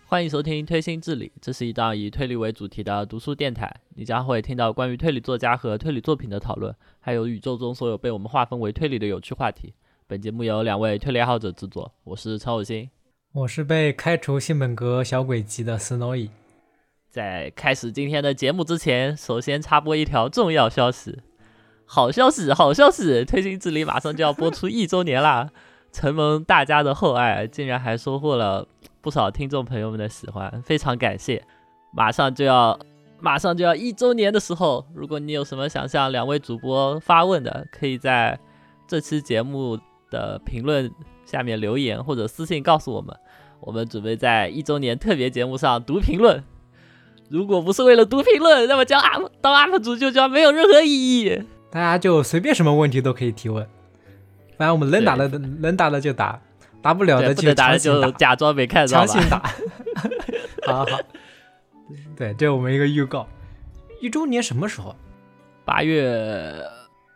欢迎收听推心置理，这是一档以推理为主题的读书电台。你将会听到关于推理作家和推理作品的讨论，还有宇宙中所有被我们划分为推理的有趣话题。本节目由2位推理爱好者制作，我是陈偶星， 我是被开除性本格小鬼级的 Snowy。 在开始今天的节目之前，首先插播一条重要消息。好消息，好消息！推心置理马上就要播出1周年啦！承蒙大家的厚爱，竟然还收获了不少听众朋友们的喜欢，非常感谢。马上就要1周年的时候，如果你有什么想向2位主播发问的，可以在这期节目的评论下面留言或者私信告诉我们，我们准备在1周年特别节目上读评论。如果不是为了读评论，那么当 UP 主就将没有任何意义。 大家就随便什么问题都可以提问，反正我们能打的就打，打不了的就强行打， 就假装没看到吧， 强行打。好，对，这是我们一个预告。1周年什么时候 ？8月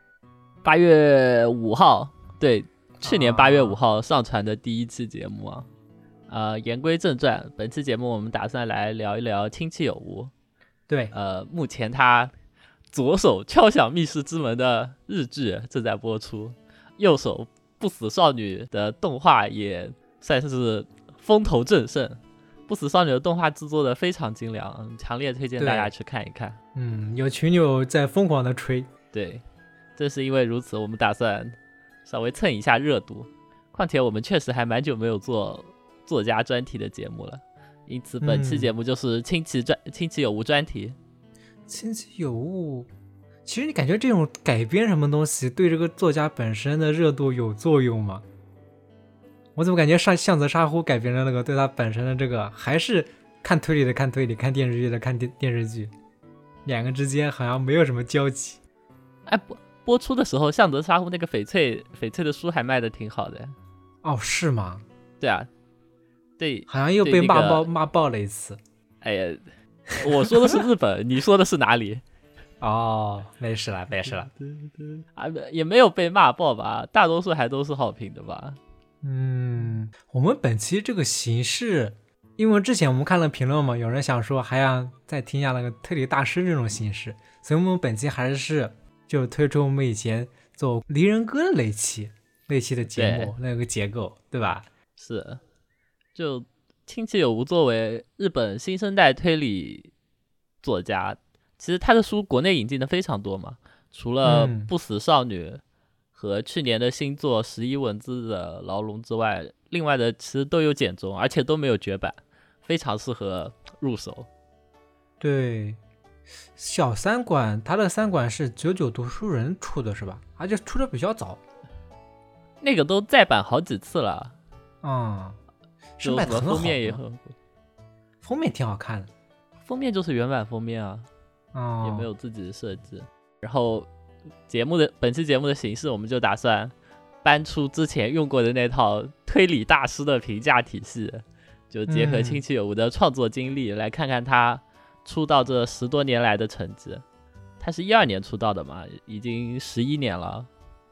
5号，对，去年8月5号上传的第一期节目啊。言归正传，本期节目我们打算来聊一聊亲戚有无。 对， 目前他左手敲响密室之门的日剧正在播出，右手不死少女的动画也算是风头正盛。不死少女的动画制作的非常精良，强烈推荐大家去看一看。 有群友在疯狂的吹。 对，正是因为如此，我们打算稍微蹭一下热度。况且我们确实还蛮久没有做作家专题的节目了，因此本期节目就是亲戚有无专题。 亲戚有无，其实你感觉这种改编什么东西对这个作家本身的热度有作用吗？我怎么感觉向泽沙呼改编的那个对他本身的这个还是看推理的看推理，看电视剧的看电视剧，两个之间好像没有什么交集。 播出的时候向泽沙呼那个翡翠的书还卖的挺好的。 哦，是吗？ 对啊，对， 好像又被骂爆了一次。 哎呀，我说的是日本，你说的是哪里？ 哦，没事了也没有被骂爆吧，大多数还都是好评的吧。 我们本期这个形式，因为之前我们看了评论嘛，有人想说还想再听一下那个推理大师这种形式，所以我们本期还是就推出我们以前做离人歌的那期的节目那个结构，对吧？ 是，就亲戚有无作为日本新生代推理作家，其实他的书国内引进的非常多嘛，除了不死少女和去年的新作11文字的牢笼之外，另外的其实都有简中，而且都没有绝版，非常适合入手。 对，小三馆他的3馆是99读书人出的是吧？而且出的比较早， 那个都再版好几次了。 是卖的很好， 封面也很， 封面挺好看的， 封面就是原版封面啊，也没有自己的设计。然后本期节目的形式，我们就打算搬出之前用过的那套推理大师的评价体系，就结合亲戚有无的创作经历，来看看他出道这10多年来的成绩。他是12年出道的嘛，已经11年了。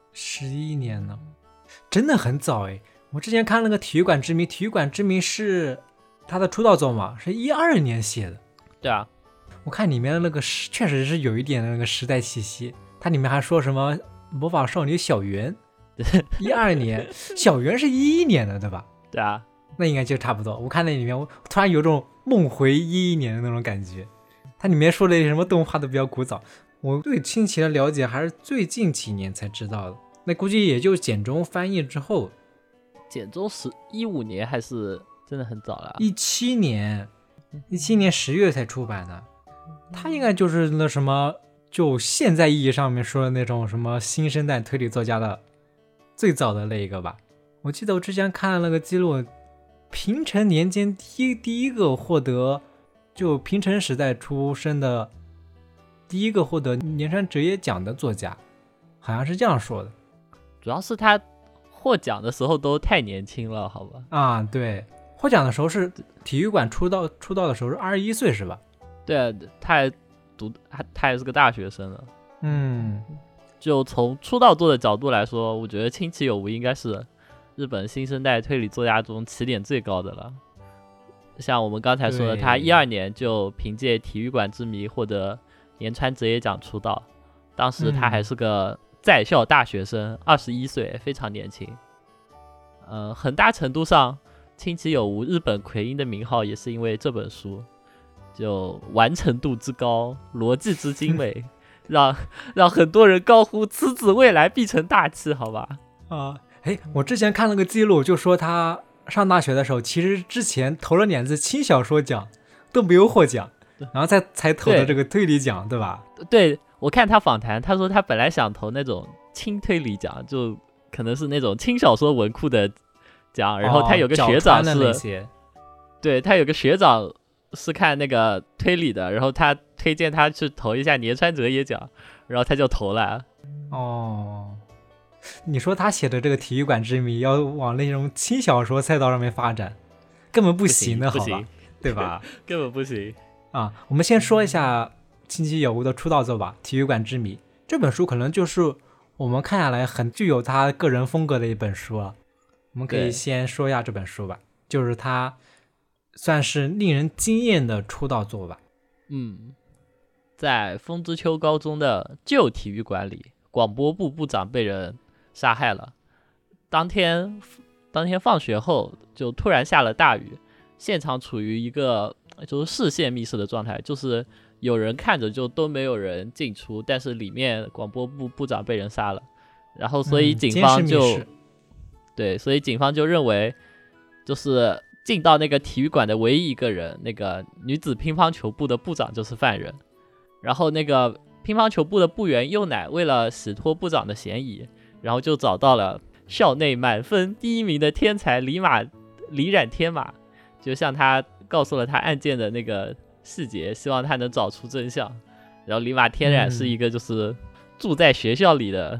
11年了，真的很早哎。我之前看那个体育馆之谜是他的出道作嘛，是12年写的。 对啊， 我看里面的那个确实是有一点那个时代气息，它里面还说什么模仿少女小圆，12年，小圆是11年的对吧？ 对啊， 那应该就差不多。我看那里面，我突然有种梦回11年的那种感觉。它里面说的什么动画都比较古早，我对亲戚的了解还是最近几年才知道的。那估计也就简中翻译之后， 简中是15年还是真的很早了 ？17年10月才出版的。他应该就是那什么，就现在意义上面说的那种什么新生代推理作家的最早的那一个吧。我记得我之前看了那个记录，平成年间第一个获得，就平成时代出生的第一个获得年山哲也奖的作家，好像是这样说的。 主要是他获奖的时候都太年轻了，好吧？ 对，获奖的时候是体育馆出道的时候是21岁是吧？ 对啊，他还是个大学生了。就从出道作的角度来说，我觉得亲戚有无应该是日本新生代推理作家中起点最高的了。 像我们刚才说的， 对他12年就凭借《体育馆之谜》获得年川哲也奖出道，当时他还是个在校大学生，21岁，非常年轻。很大程度上，亲戚有无日本魁音的名号也是因为这本书，就完成度之高，逻辑之精美，让很多人高呼此子未来必成大器，好吧？ 我之前看了个记录，就说他上大学的时候，其实之前投了2次轻小说奖都没有获奖，然后才投的这个推理奖，对吧？ 对，我看他访谈，他说他本来想投那种轻推理奖，就可能是那种轻小说文库的奖，然后他有个学长是，对，他有个学长是看那个推理的，然后他推荐他去投一下年川哲也奖，然后他就投了。 你说他写的这个《体育馆之谜》要往那种轻小说赛道上面发展，根本不行的，好吧？对吧？ 根本不行啊！我们先说一下清崎有吾的出道作吧，《体育馆之谜》这本书可能就是我们看下来很具有他个人风格的一本书了。我们可以先说一下这本书吧，就是他算是令人惊艳的出道作吧。 在丰之丘高中的旧体育馆里，广播部部长被人杀害了。当天放学后就突然下了大雨，现场处于一个就是视线密室的状态，就是有人看着就都没有人进出，但是里面广播部部长被人杀了，然后所以警方所以警方就认为就是进到那个体育馆的唯一一个人，那个女子乒乓球部的部长就是犯人。然后那个乒乓球部的部员佑乃为了洗脱部长的嫌疑，然后就找到了校内满分第1名的天才李染天马，就向他告诉了他案件的那个细节，希望他能找出真相。然后李马天染是一个就是住在学校里的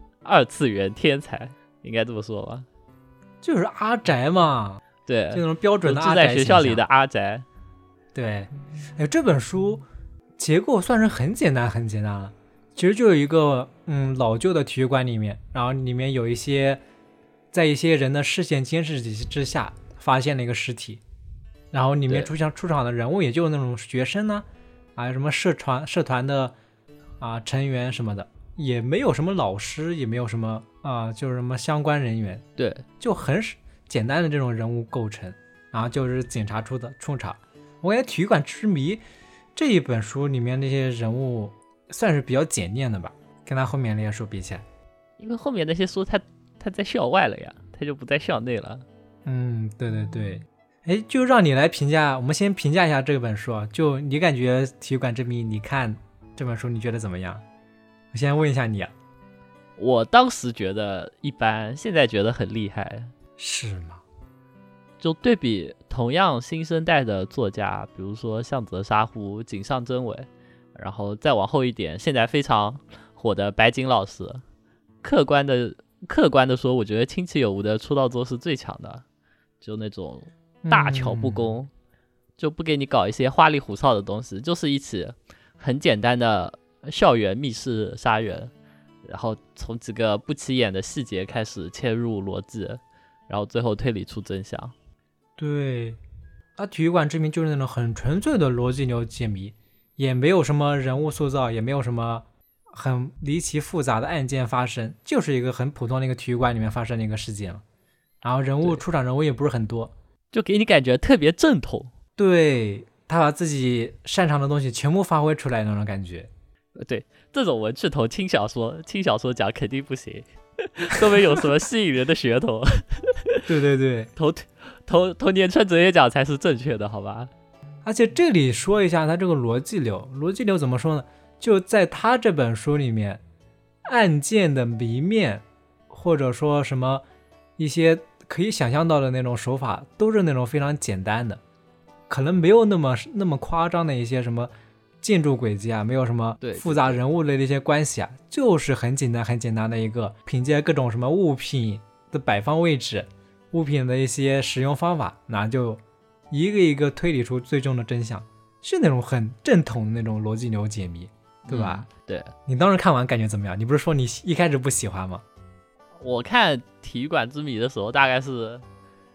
2次元天才，应该这么说吧， 就是阿宅嘛。 对， 就那种标准的阿宅， 住在学校里的阿宅。 对，这本书结构算是很简单了，其实就有一个老旧的体育馆里面，然后里面有一些在一些人的视线监视之下发现了一个尸体，然后里面出场的人物也就是那种学生呢，什么社团的成员什么的，也没有什么老师，也没有什么就是什么相关人员， 对， 就很简单的这种人物构成，然后就是警察出场。我感觉《体育馆之谜》这一本书里面那些人物算是比较简练的吧，跟他后面那些书比起来。 因为后面那些书他在校外了呀，他就不在校内了。 对。就让你来评价，我们先评价一下这本书啊。就你感觉《体育馆之谜》，你看这本书你觉得怎么样？我先问一下你啊。 我当时觉得一般，现在觉得很厉害。 是吗？ 就对比同样新生代的作家，比如说向泽沙户、井上真伟，然后再往后一点，现在非常火的白井老师，客观的说，我觉得清崎有吾的出道作是最强的，就那种大巧不工，就不给你搞一些花里胡哨的东西，就是一起很简单的校园密室杀人，然后从几个不起眼的细节开始切入逻辑，然后最后推理出真相。 对，体育馆之谜就是那种很纯粹的逻辑流解谜，也没有什么人物塑造，也没有什么很离奇复杂的案件发生，就是一个很普通的一个体育馆里面发生的一个事件了。然后出场人物也不是很多， 就给你感觉特别正统。对， 他把自己擅长的东西全部发挥出来那种感觉。 对，这种文去投轻小说奖肯定不行，都没有什么吸引人的噱头。 对， 投年川哲也奖才是正确的，好吧？ 而且这里说一下他这个逻辑流怎么说呢？就在他这本书里面，案件的谜面或者说什么一些可以想象到的那种手法，都是那种非常简单的，可能没有那么夸张的一些什么建筑轨迹啊，没有什么复杂人物的一些关系啊，就是很简单的一个凭借各种什么物品的摆放位置，物品的一些使用方法，那就一个一个推理出最终的真相，是那种很正统的那种逻辑流解谜，对吧？ 对。 你当时看完感觉怎么样？你不是说你一开始不喜欢吗？ 我看《体育馆之谜》的时候，大概是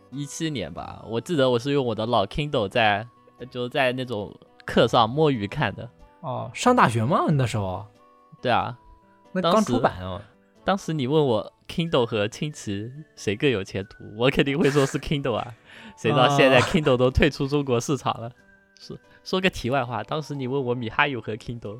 17年吧，我记得我是用我的老 Kindle 在那种课上摸鱼看的。 哦，上大学吗？那时候？ 对啊， 那刚出版哦。 当时你问我 Kindle 和清奇谁更有前途，我肯定会说是 Kindle 啊。谁知道现在 Kindle 都退出中国市场了。说个题外话，当时你问我米哈游和 Kindle，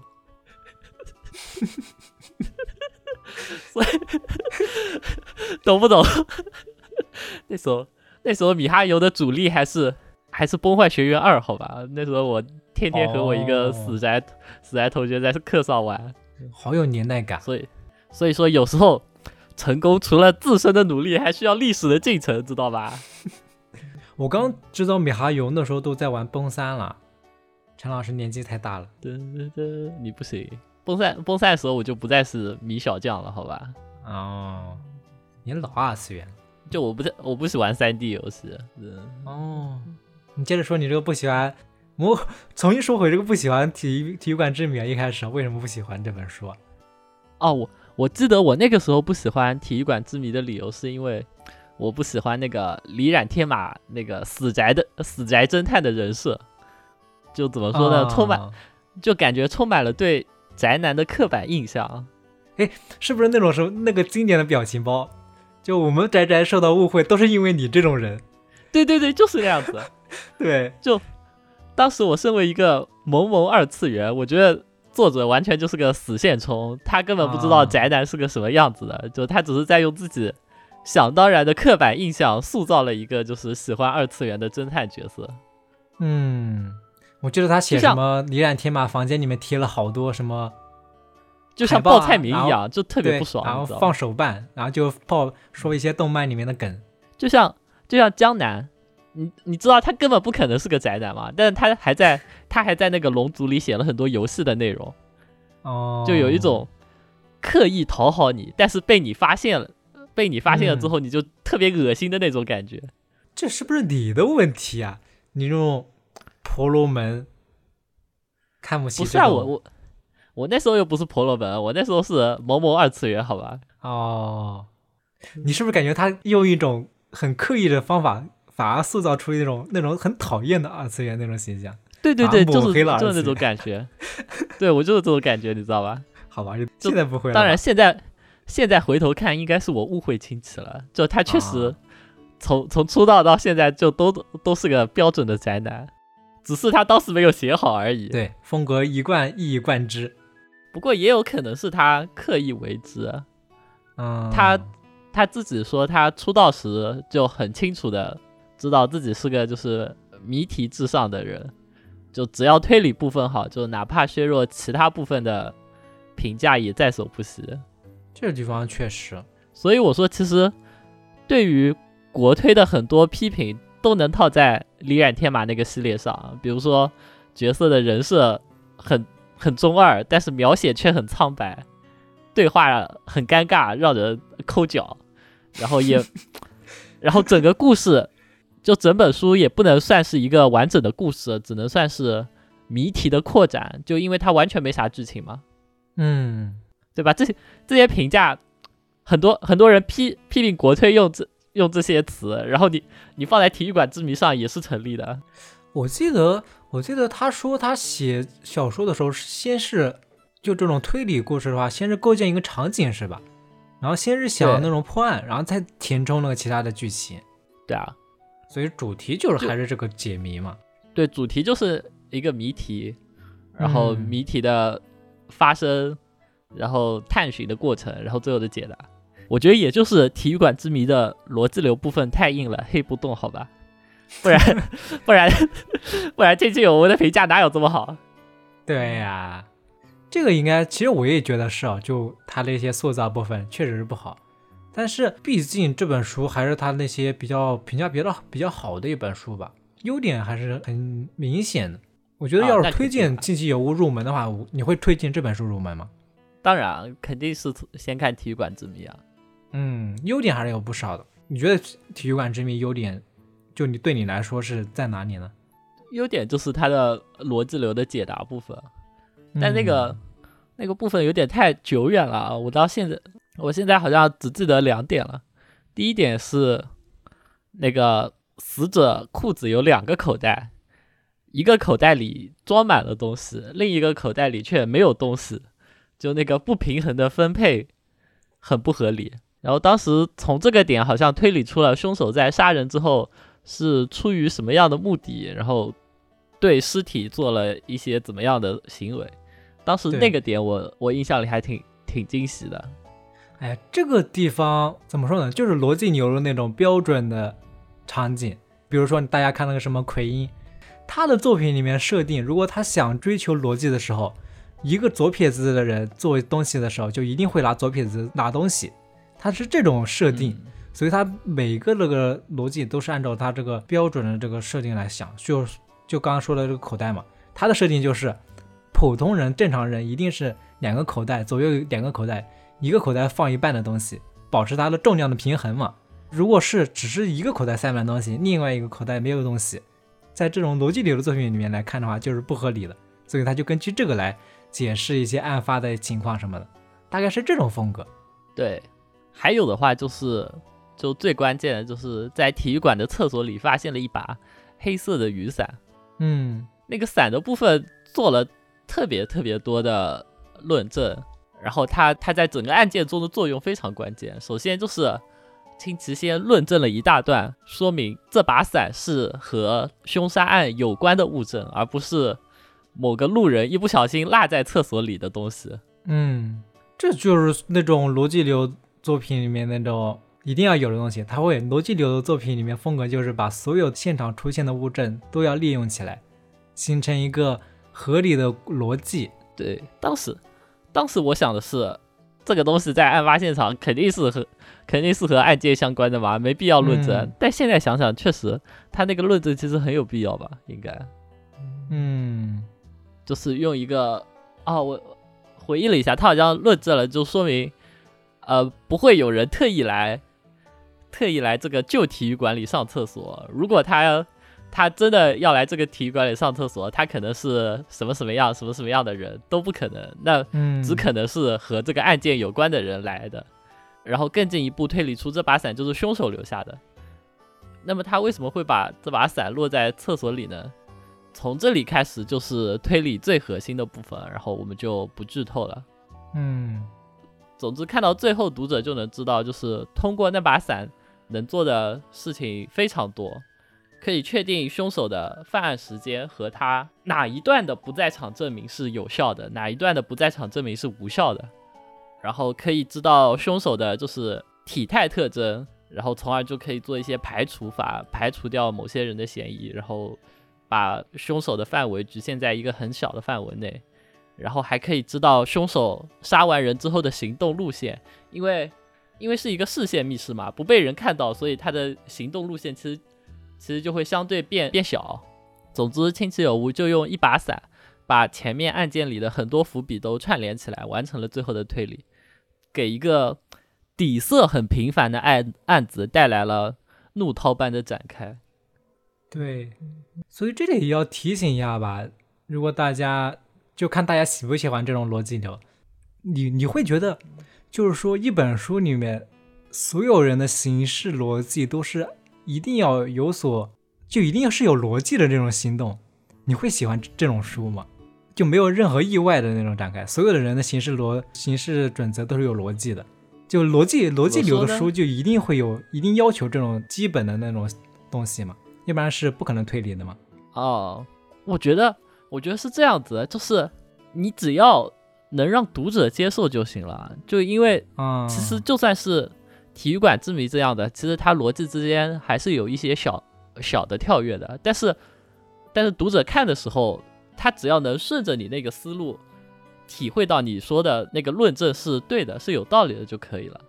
所以懂不懂？那时候米哈游的主力还是崩坏学园2，好吧？那时候我天天和我一个死宅同学在课上玩， 好有年代感。 所以说有时候成功除了自身的努力，还需要历史的进程，知道吧？ 我刚知道米哈游那时候都在玩崩3了，陈老师年纪太大了。 你不行，崩3的时候我就不再是米小将了，好吧？ 哦，你老二次元了。 就我不喜欢3D 游戏。 哦，你接着说你这个不喜欢，我重新说回这个不喜欢体育馆之谜。一开始为什么不喜欢这本书啊？ 哦，我记得我那个时候不喜欢体育馆之谜的理由是因为我不喜欢那个李冉天马那个死宅侦探的人设，就怎么说呢，就感觉充满了对宅男的刻板印象。 是不是那种时候那个经典的表情包？就我们宅受到误会，都是因为你这种人。 对，就是那样子。 对， 就当时我身为一个萌二次元，我觉得作者完全就是个死线虫，他根本不知道宅男是个什么样子的，就他只是在用自己想当然的刻板印象塑造了一个就是喜欢2次元的侦探角色。 我记得他写什么李冉天马房间里面贴了好多什么， 就像报菜名一样，就特别不爽。 然后放手办，然后就说一些动漫里面的梗， 就像江南，你知道他根本不可能是个宅男嘛，但是他还在那个龙族里写了很多游戏的内容。就有一种刻意讨好你，但是被你发现了之后，你就特别恶心的那种感觉。 这是不是你的问题啊？你这种婆罗门看不起这种。 不是啊，我那时候又不是婆罗门，我那时候是萌2次元，好吧？ 哦，你是不是感觉他用一种很刻意的方法，反而塑造出那种很讨厌的2次元那种形象？ 对，就是那种感觉。对，我就是这种感觉，你知道吧？ 好吧，现在不会了。 当然，现在回头看，应该是我误会清奇了。就他确实从出道到现在，就都是个标准的宅男，只是他当时没有写好而已。 对，风格一以贯之。 不过也有可能是他刻意为之。他自己说，他出道时就很清楚的知道自己是个就是谜题至上的人，就只要推理部分好，就哪怕削弱其他部分的评价也在所不惜。 这个地方确实。 所以我说，其实对于国推的很多批评都能套在李冉天马那个系列上，比如说角色的人设很中二，但是描写却很苍白，对话很尴尬，让人抠脚，然后整个故事，就整本书也不能算是一个完整的故事，只能算是谜题的扩展，就因为它完全没啥剧情嘛。对吧？这些评价，很多人批评国推用这些词，然后你放在体育馆之谜上也是成立的。 我记得他说他写小说的时候，先是就这种推理故事的话，先是构建一个场景是吧？然后先是想那种破案，然后再填充那个其他的剧情。 对啊， 所以主题就是还是这个解谜嘛。 对，主题就是一个谜题，然后谜题的发生，然后探寻的过程，然后最后的解答。我觉得也就是体育馆之谜的逻辑流部分太硬了，黑不动，好吧？不然这期我们的评价哪有这么好？ 对呀，这个应该其实我也觉得是就他那些塑造部分确实是不好，但是毕竟这本书还是他那些评价比较好的一本书吧，优点还是很明显的。我觉得要是推荐竞技有物入门的话，你会推荐这本书入门吗？ 当然，肯定是先看体育馆之谜啊。 优点还是有不少的。你觉得体育馆之谜优点就对你来说是在哪里呢？ 优点就是它的逻辑流的解答部分，但那个部分有点太久远了啊！我现在好像只记得2点了。第一点是那个死者裤子有2个口袋，一个口袋里装满了东西，另一个口袋里却没有东西，就那个不平衡的分配很不合理。然后当时从这个点好像推理出了凶手在杀人之后是出于什么样的目的，然后对尸体做了一些怎么样的行为。当时那个点我印象里还挺惊喜的。 哎，这个地方怎么说呢？就是逻辑流的那种标准的场景。比如说大家看那个什么奎因，他的作品里面设定，如果他想追求逻辑的时候，一个左撇子的人做东西的时候，就一定会拿左撇子拿东西，他是这种设定。所以他每个那个逻辑都是按照他这个标准的这个设定来想。就刚刚说的这个口袋嘛，他的设定就是普通人正常人一定是2个口袋，左右2个口袋，一个口袋放一半的东西，保持它的重量的平衡嘛。如果是只是一个口袋塞满东西，另外一个口袋没有东西，在这种逻辑流的作品里面来看的话，就是不合理的。所以他就根据这个来解释一些案发的情况什么的，大概是这种风格。 对，还有的话就最关键的就是在体育馆的厕所里发现了一把黑色的雨伞。那个伞的部分做了特别多的论证，然后它在整个案件中的作用非常关键。首先就是清奇先论证了一大段，说明这把伞是和凶杀案有关的物证，而不是某个路人一不小心落在厕所里的东西。 这就是那种逻辑流作品里面那种一定要有的东西。它会逻辑流的作品里面风格就是把所有现场出现的物证都要利用起来，形成一个合理的逻辑。 对，当时我想的是，这个东西在案发现场肯定是和案件相关的嘛，没必要论证。但现在想想，确实他那个论证其实很有必要吧，应该。就是用一个我回忆了一下，他好像论证了，就说明不会有人特意来这个旧体育馆里上厕所。如果他真的要来这个体育馆里上厕所，他可能是什么样的人都不可能，那只可能是和这个案件有关的人来的。然后更进一步推理出这把伞就是凶手留下的。那么他为什么会把这把伞落在厕所里呢？从这里开始就是推理最核心的部分，然后我们就不剧透了。总之看到最后读者就能知道，就是通过那把伞能做的事情非常多，可以确定凶手的犯案时间和他哪一段的不在场证明是有效的，哪一段的不在场证明是无效的，然后可以知道凶手的就是体态特征，然后从而就可以做一些排除法，排除掉某些人的嫌疑，然后把凶手的范围局限在一个很小的范围内，然后还可以知道凶手杀完人之后的行动路线，因为是一个视线密室嘛，不被人看到，所以他的行动路线其实就会相对变小。总之清奇有无就用一把伞把前面案件里的很多伏笔都串联起来，完成了最后的推理，给一个底色很平凡的案子带来了怒涛般的展开。 对，所以这里也要提醒一下吧，如果大家就看大家喜不喜欢这种逻辑流，你会觉得就是说一本书里面所有人的行事逻辑都是一定要有所，就一定要是有逻辑的这种行动，你会喜欢这种书吗？就没有任何意外的那种展开，所有的人的行事准则都是有逻辑的，就逻辑流的书就一定要求这种基本的那种东西嘛，要不然是不可能推理的嘛。 我觉得是这样子，就是你只要能让读者接受就行了。就因为其实就算是体育馆之谜这样的，其实它逻辑之间还是有一些小的跳跃的，但是读者看的时候，他只要能顺着你那个思路体会到你说的那个论证是对的，是有道理的就可以了。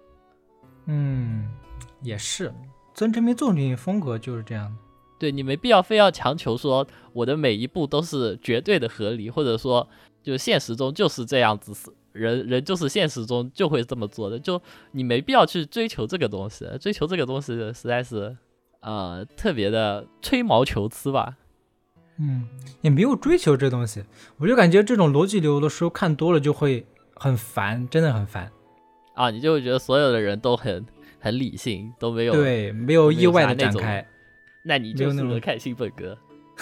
也是，曾志明作品风格就是这样的。 对，你没必要非要强求说我的每一步都是绝对的合理，或者说就现实中就是这样子，人就是现实中就会这么做的，就你没必要去追求这个东西，追求这个东西实在是特别的吹毛求疵吧。 也没有追求这东西，我就感觉这种逻辑流的书看多了就会很烦，真的很烦你就会觉得所有的人都很理性，都没有对，没有意外的展开。 那你就适合看新本格，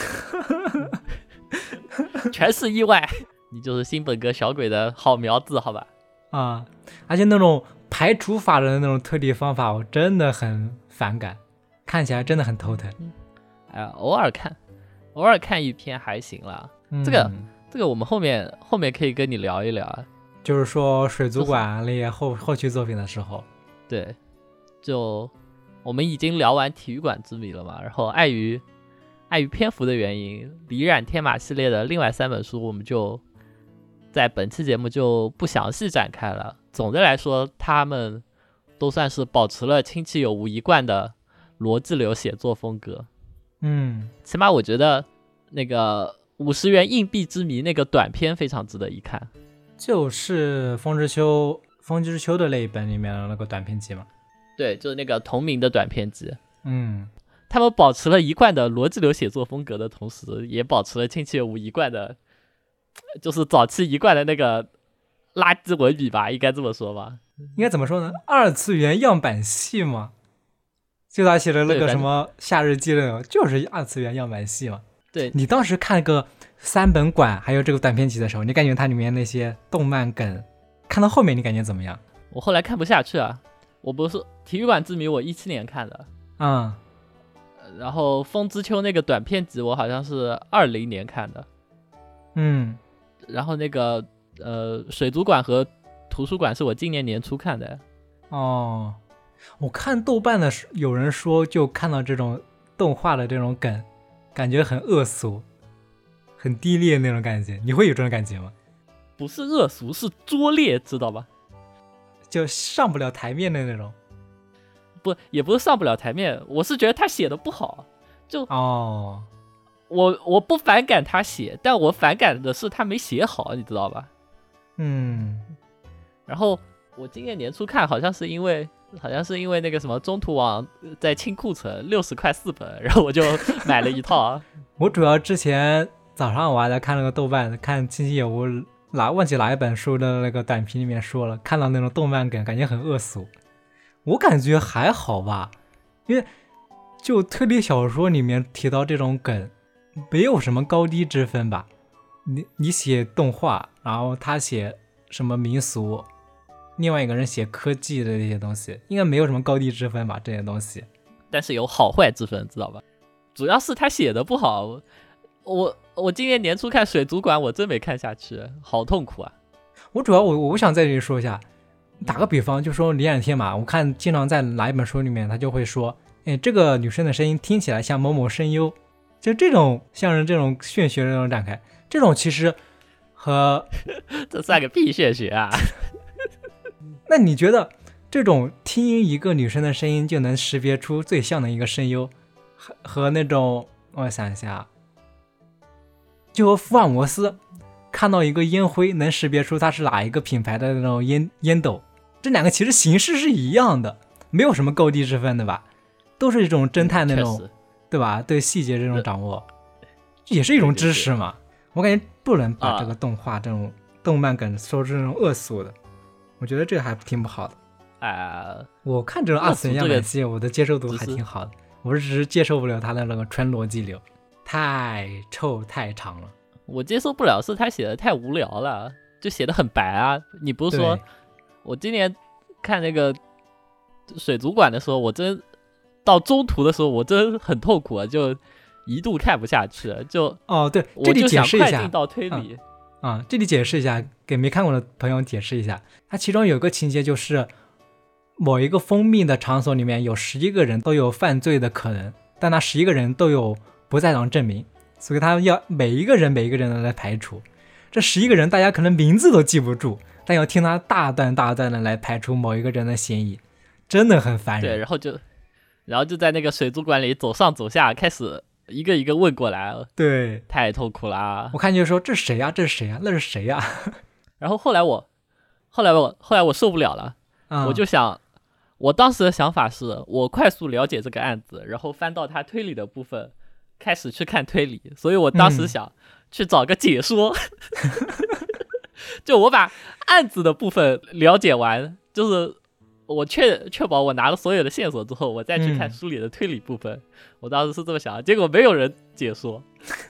全是意外，你就是新本格小鬼的好苗子，好吧？ 啊，而且那种排除法的那种推理方法，我真的很反感，看起来真的很头疼。 哎呀，偶尔看一篇还行啦。这个我们后面可以跟你聊一聊啊。 就是说水族馆那些后续作品的时候， 对，就我们已经聊完体育馆之谜了嘛，然后碍于篇幅的原因，离染天马系列的另外3本书我们就在本期节目就不详细展开了。总的来说，他们都算是保持了清奇有无一贯的逻辑流写作风格。起码我觉得那个50元硬币之谜那个短篇非常值得一看， 就是风之秋的那一本里面的那个短篇集嘛。 对，就是那个同名的短篇集。 他们保持了一贯的逻辑流写作风格的同时，也保持了清奇有无一贯的，就是早期一贯的那个垃圾文笔吧，应该这么说吧？ 应该怎么说呢？2次元样板戏嘛，就他写的那个什么夏日记那种，就是2次元样板戏嘛。 对， 你当时看个3本馆还有这个短篇集的时候，你感觉它里面那些动漫梗，看到后面你感觉怎么样？ 我后来看不下去啊，我不是体育馆之谜，我17年看的，然后风之秋那个短篇集我好像是20年看的，然后那个水族馆和图书馆是我今年年初看的。 我看豆瓣的有人说就看到这种动画的这种梗，感觉很恶俗很低劣那种感觉，你会有这种感觉吗？ 不是恶俗，是拙劣，知道吧？ 就上不了台面的那种。 不，也不是上不了台面，我是觉得他写的不好。我不反感他写，但我反感的是他没写好，你知道吧？然后我今年年初看，好像是因为那个什么中途网在清库存60块4本，然后我就买了一套。 我主要之前早上我还在看那个豆瓣，看清晰有无忘记哪一本书的那个短评里面说了，看到那种动漫梗感觉很恶俗。我感觉还好吧，因为就推理小说里面提到这种梗没有什么高低之分吧。你写动画，然后他写什么民俗，另外一个人写科技的这些东西，应该没有什么高低之分吧，这些东西。 但是有好坏之分，知道吧？主要是他写的不好。我今年年初看水族馆，我真没看下去，好痛苦啊！ 我想在这里说一下，打个比方，就说李冉天马，我看经常在哪一本书里面，他就会说，这个女生的声音听起来像某某声优，就这种像人这种玄学的那种展开，这种其实和这算个屁玄学啊！ 那你觉得这种听一个女生的声音就能识别出最像的一个声优，和那种我想一下，就和福尔摩斯看到一个烟灰能识别出它是哪一个品牌的那种烟斗，这两个其实形式是一样的，没有什么高低之分的吧，都是一种侦探那种，对吧？对细节这种掌握也是一种知识嘛。我感觉不能把这个动画这种动漫梗说是那种恶俗的，我觉得这个还挺不好的。我看这种2次元样板戏，我的接受度还挺好的，我只是接受不了他的那个纯逻辑流，太臭太长了。 我接受不了是他写的太无聊了，就写的很白啊。你不是说我今年看那个水族馆的时候，我真到中途的时候我真很痛苦啊，就一度看不下去，就对，这里解释一下， 我就想快进到推理。 这里解释一下，给没看过的朋友解释一下，它其中有个情节就是某一个封闭的场所里面有11个人都有犯罪的可能，但那11个人都有不在场证明，所以他要每一个人的来排除。这11个人大家可能名字都记不住，但要听他大段的来排除某一个人的嫌疑，真的很烦人。 对，然后就在那个水族馆里走上走下，开始一个一个问过来， 对， 太痛苦啦。 我看就说这是谁呀？这是谁呀？那是谁呀？ 然后后来我受不了了，我就想，我当时的想法是我快速了解这个案子，然后翻到他推理的部分，开始去看推理。所以我当时想去找个解说，就我把案子的部分了解完，就是我确保我拿了所有的线索之后，我再去看嗯书里的推理部分。我当时是这么想的，结果没有人解说。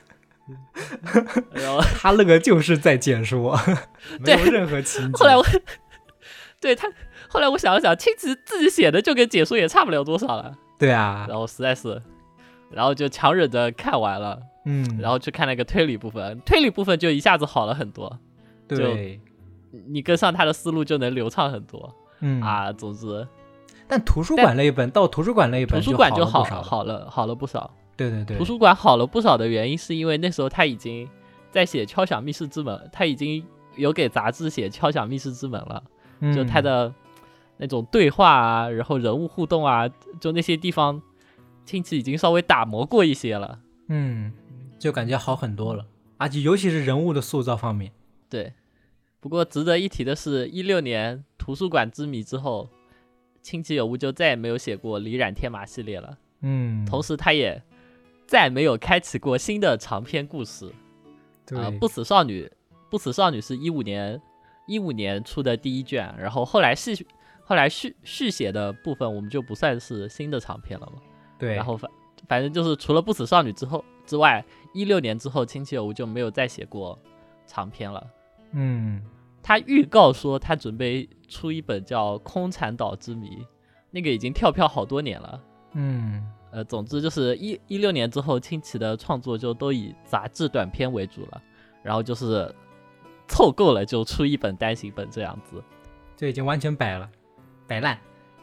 然后他那个就是在解说，没有任何情节。 后来我对他，后来我想了想，青瓷自己写的就跟解说也差不了多少了。 对啊， 然后实在是，然后就强忍着看完了。然后去看那个推理部分，推理部分就一下子好了很多。 对， 你跟上他的思路就能流畅很多。总之， 但图书馆那一本到图书馆那一本， 图书馆就好了不少。 对， 图书馆好了不少的原因是因为那时候他已经在写《敲响密室之门》，他已经有给杂志写《敲响密室之门》了。就他的那种对话啊，然后人物互动啊，就那些地方，亲戚已经稍微打磨过一些了。 就感觉好很多了，而且尤其是人物的塑造方面。 对，不过值得一提的是，16年图书馆之谜之后，清崎有吾就再也没有写过李冉天马系列了。同时他也再没有开启过新的长篇故事。不死少女是15年出的第一卷，然后后来续写的部分我们就不算是新的长篇了嘛。 对， 然后反正就是除了不死少女之外，16年之后清崎有吾就没有再写过长篇了。他预告说他准备出一本叫《空产岛之谜》，那个已经跳票好多年了。总之就是16年之后，清崎的创作就都以杂志短篇为主了，然后就是凑够了就出一本单行本这样子， 就已经完全摆烂。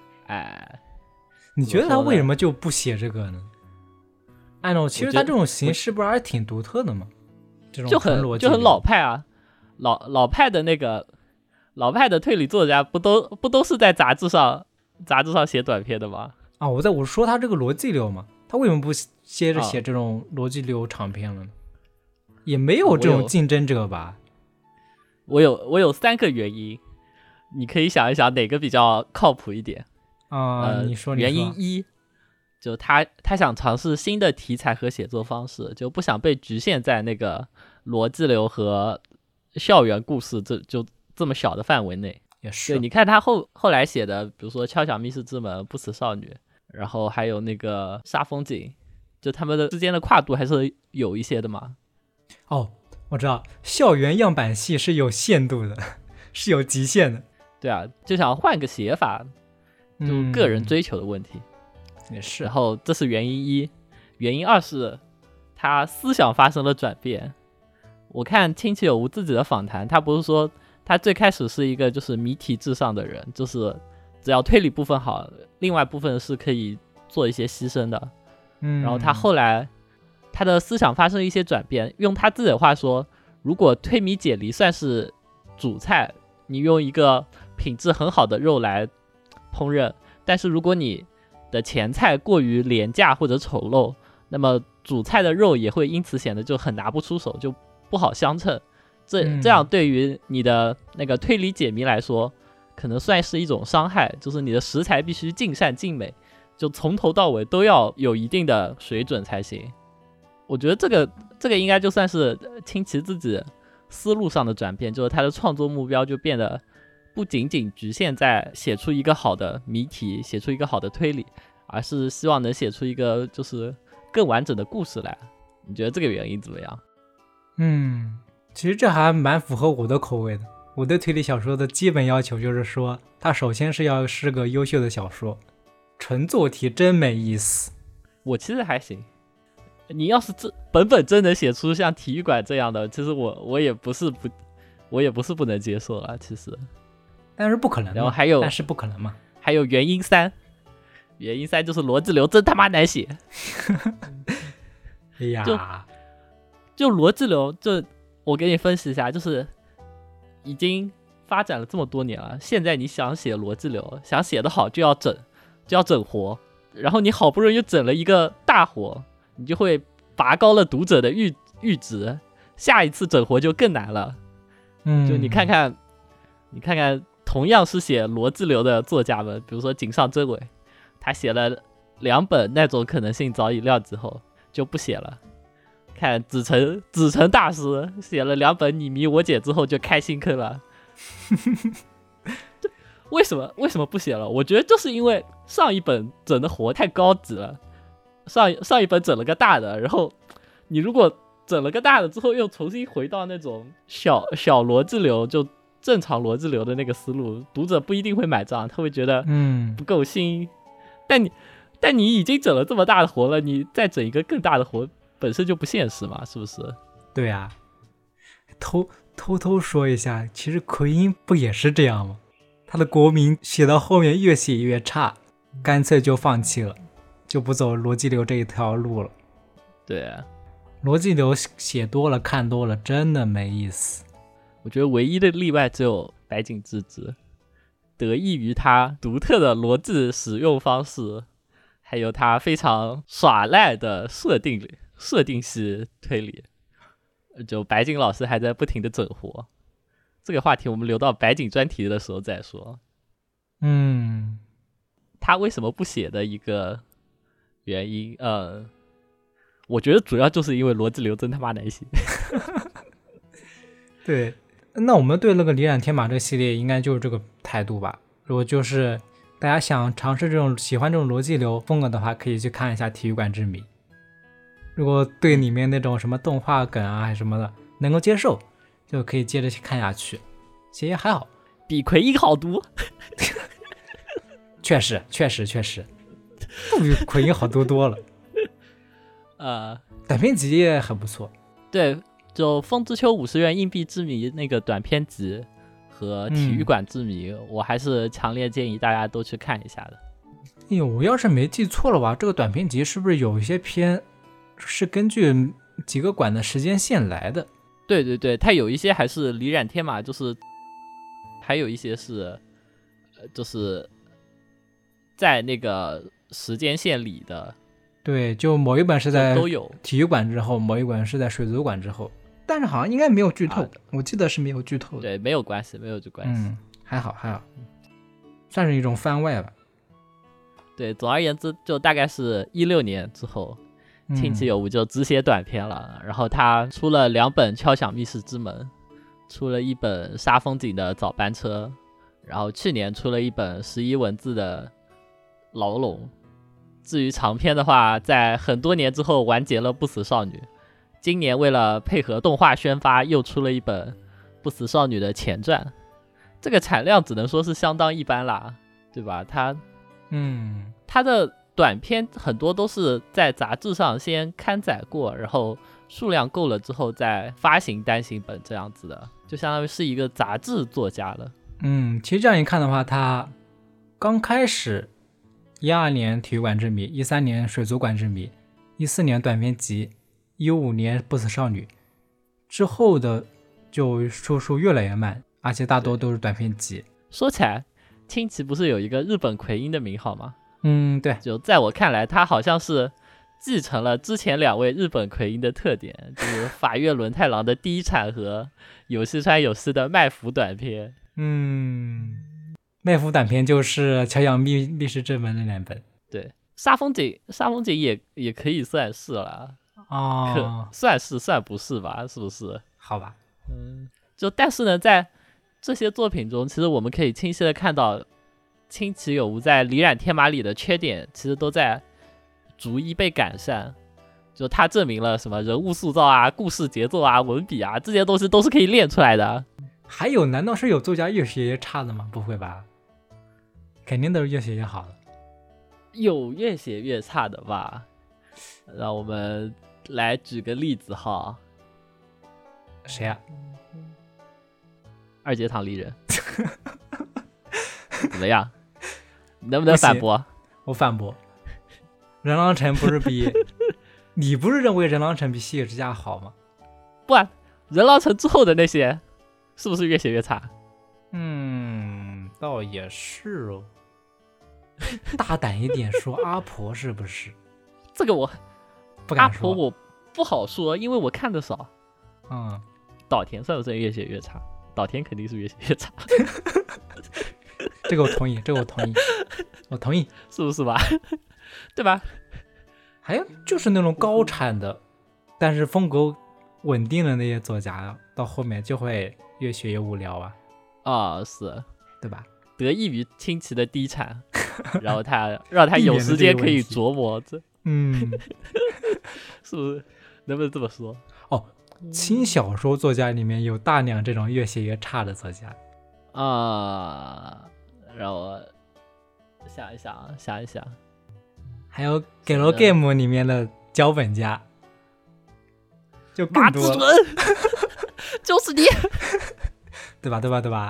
你觉得他为什么就不写这个呢？其实他这种形式不是还挺独特的吗？这种就很老派啊，老派的那个老派的推理作家不都是在杂志上写短篇的吗？ 我说他这个逻辑流嘛，他为什么不接着写这种逻辑流长篇了呢？也没有这种竞争者吧？ 我有3个原因，你可以想一想哪个比较靠谱一点。 你说原因1，就他想尝试新的题材和写作方式，就不想被局限在那个逻辑流和校园故事这么小的范围内。 也是， 对，你看他后来写的，比如说《敲响密室之门》《不死少女》，然后还有那个《杀风景》，就他们之间的跨度还是有一些的嘛。 我知道，校园样板戏是有限度的，是有极限的。 对啊，就想换个写法，就个人追求的问题。 也是。 然后这是原因1，原因2是他思想发生了转变。我看清崎有吾自己的访谈，他不是说他最开始是一个就是谜题至上的人，就是只要推理部分好，另外部分是可以做一些牺牲的。然后他后来他的思想发生一些转变，用他自己的话说，如果推谜解离算是主菜，你用一个品质很好的肉来烹饪，但是如果你的前菜过于廉价或者丑陋，那么主菜的肉也会因此显得就很拿不出手，就不好相称。这样对于你的那个推理解谜来说，可能算是一种伤害，就是你的食材必须尽善尽美，就从头到尾都要有一定的水准才行。我觉得这个应该就算是清崎自己思路上的转变，就是他的创作目标就变得不仅仅局限在写出一个好的谜题，写出一个好的推理，而是希望能写出一个就是更完整的故事来。你觉得这个原因怎么样？ 其实这还蛮符合我的口味的。我对推理小说的基本要求就是说，它首先是个优秀的小说，纯做题真没意思。 我其实还行，你要是本真能写出像体育馆这样的，其实我也不是不能接受了，其实。 但是不可能嘛， 然后还有， 但是不可能嘛。 还有原因3就是逻辑流真他妈难写。 哎呀， 就逻辑流，我给你分析一下，就是已经发展了这么多年了，现在你想写逻辑流，想写得好就要整活，然后你好不容易整了一个大活，你就会拔高了读者的阈值，下一次整活就更难了。就你看看同样是写逻辑流的作家们，比如说井上真伟，他写了2本那种可能性早已料及后就不写了。看子成大师写了2本你谜我解之后就开新坑了。 为什么不写了？我觉得就是因为上一本整的活太高级了，上一本整了个大的，然后你如果整了个大的之后又重新回到那种小逻辑流，就正常逻辑流的那个思路，读者不一定会买账，他会觉得不够新。但你已经整了这么大的活了，你再整一个更大的活本身就不现实嘛，是不是？ 对啊，偷偷说一下，其实奎因不也是这样吗？他的国民写到后面越写越差，干脆就放弃了，就不走逻辑流这一条路了。 对啊， 逻辑流写多了看多了真的没意思。 我觉得唯一的例外只有白井智之，得益于他独特的逻辑使用方式，还有他非常耍赖的设定系推理，就白井老师还在不停的整活。这个话题我们留到白井专题的时候再说。他为什么不写的一个原因，我觉得主要就是因为逻辑流真他妈难写。 对，那我们对那个《离染天马》这个系列应该就是这个态度吧。如果就是大家想尝试喜欢这种逻辑流风格的话，可以去看一下《体育馆之谜》。如果对里面那种什么动画梗啊还什么的能够接受，就可以接着看下去。其实还好， 比奎因好读。 确实，不比奎因好读多了。短篇集也很不错。 对，就《风之秋50元硬币之谜》那个短篇集和《体育馆之谜》我还是强烈建议大家都去看一下的。 哎呦，我要是没记错了吧，这个短篇集是不是有一些篇是根据几个馆的时间线来的？ 对对对，它有一些还是离染天马，就是还有一些是就是在那个时间线里的。 对，就某一本是在都有体育馆之后，某一本是在水族馆之后，但是好像应该没有剧透，我记得是没有剧透的。 对，没有关系，没有就关系。 还好，算是一种番外吧。 对，总而言之，就大概是16年之后，清崎有吾就只写短篇了，然后他出了2本《敲响密室之门》，出了一本《杀风景的早班车》，然后去年出了一本11文字的《牢笼》。至于长篇的话，在很多年之后完结了《不死少女》，今年为了配合动画宣发，又出了一本《不死少女》的前传。这个产量只能说是相当一般啦，对吧？他的短篇很多都是在杂志上先刊载过，然后数量够了之后再发行单行本这样子的，就相当于是一个杂志作家了。 其实这样一看的话，他刚开始12年体育馆之谜，13年水族馆之谜，14年短篇集，15年不死少女，之后的就出书越来越慢，而且大多都是短篇集。 说起来，清崎不是有一个日本奎因的名号吗？ 对， 就在我看来，他好像是继承了之前2位日本奎因的特点，就是法月轮太郎的第一产和有西川有司的卖腐短篇。 卖腐短篇就是敲响密室之门那2本。 对，杀风景也可以算是了。算是算不是吧？是不是？ 好吧。 但是呢，在这些作品中，其实我们可以清晰的看到清崎有吾在离染天马里的缺点其实都在逐一被改善。就他证明了什么人物塑造啊、故事节奏啊、文笔啊，这些东西都是可以练出来的。 还有，难道是有作家越写越差的吗？不会吧，肯定都是越写越好的。 有越写越差的吧？让我们来举个例子哈。 谁啊？ 二阶堂利人。怎么样？你能不能反驳？ 我反驳。人狼城不是比你不是认为人狼城比西野之家好吗？ 不然人狼城之后的那些是不是越写越差？ 倒也是哦。大胆一点说，阿婆是不是？ 这个我不敢说。 阿婆我不好说，因为我看的少。岛田算不算越写越差？岛田肯定是越写越差。 这个我同意，我同意， 是不是吧？对吧？ 还有就是那种高产的，但是风格稳定的那些作家，到后面就会越写越无聊啊。 是， 对吧？ 得益于清奇的低产，然后让他有时间可以琢磨这，是不是？能不能这么说？ 哦，轻小说作家里面有大量这种越写越差的作家啊，让我想一想， 还有《Galgame》里面的脚本家，就更多了。 马志伦，就是你， 对吧？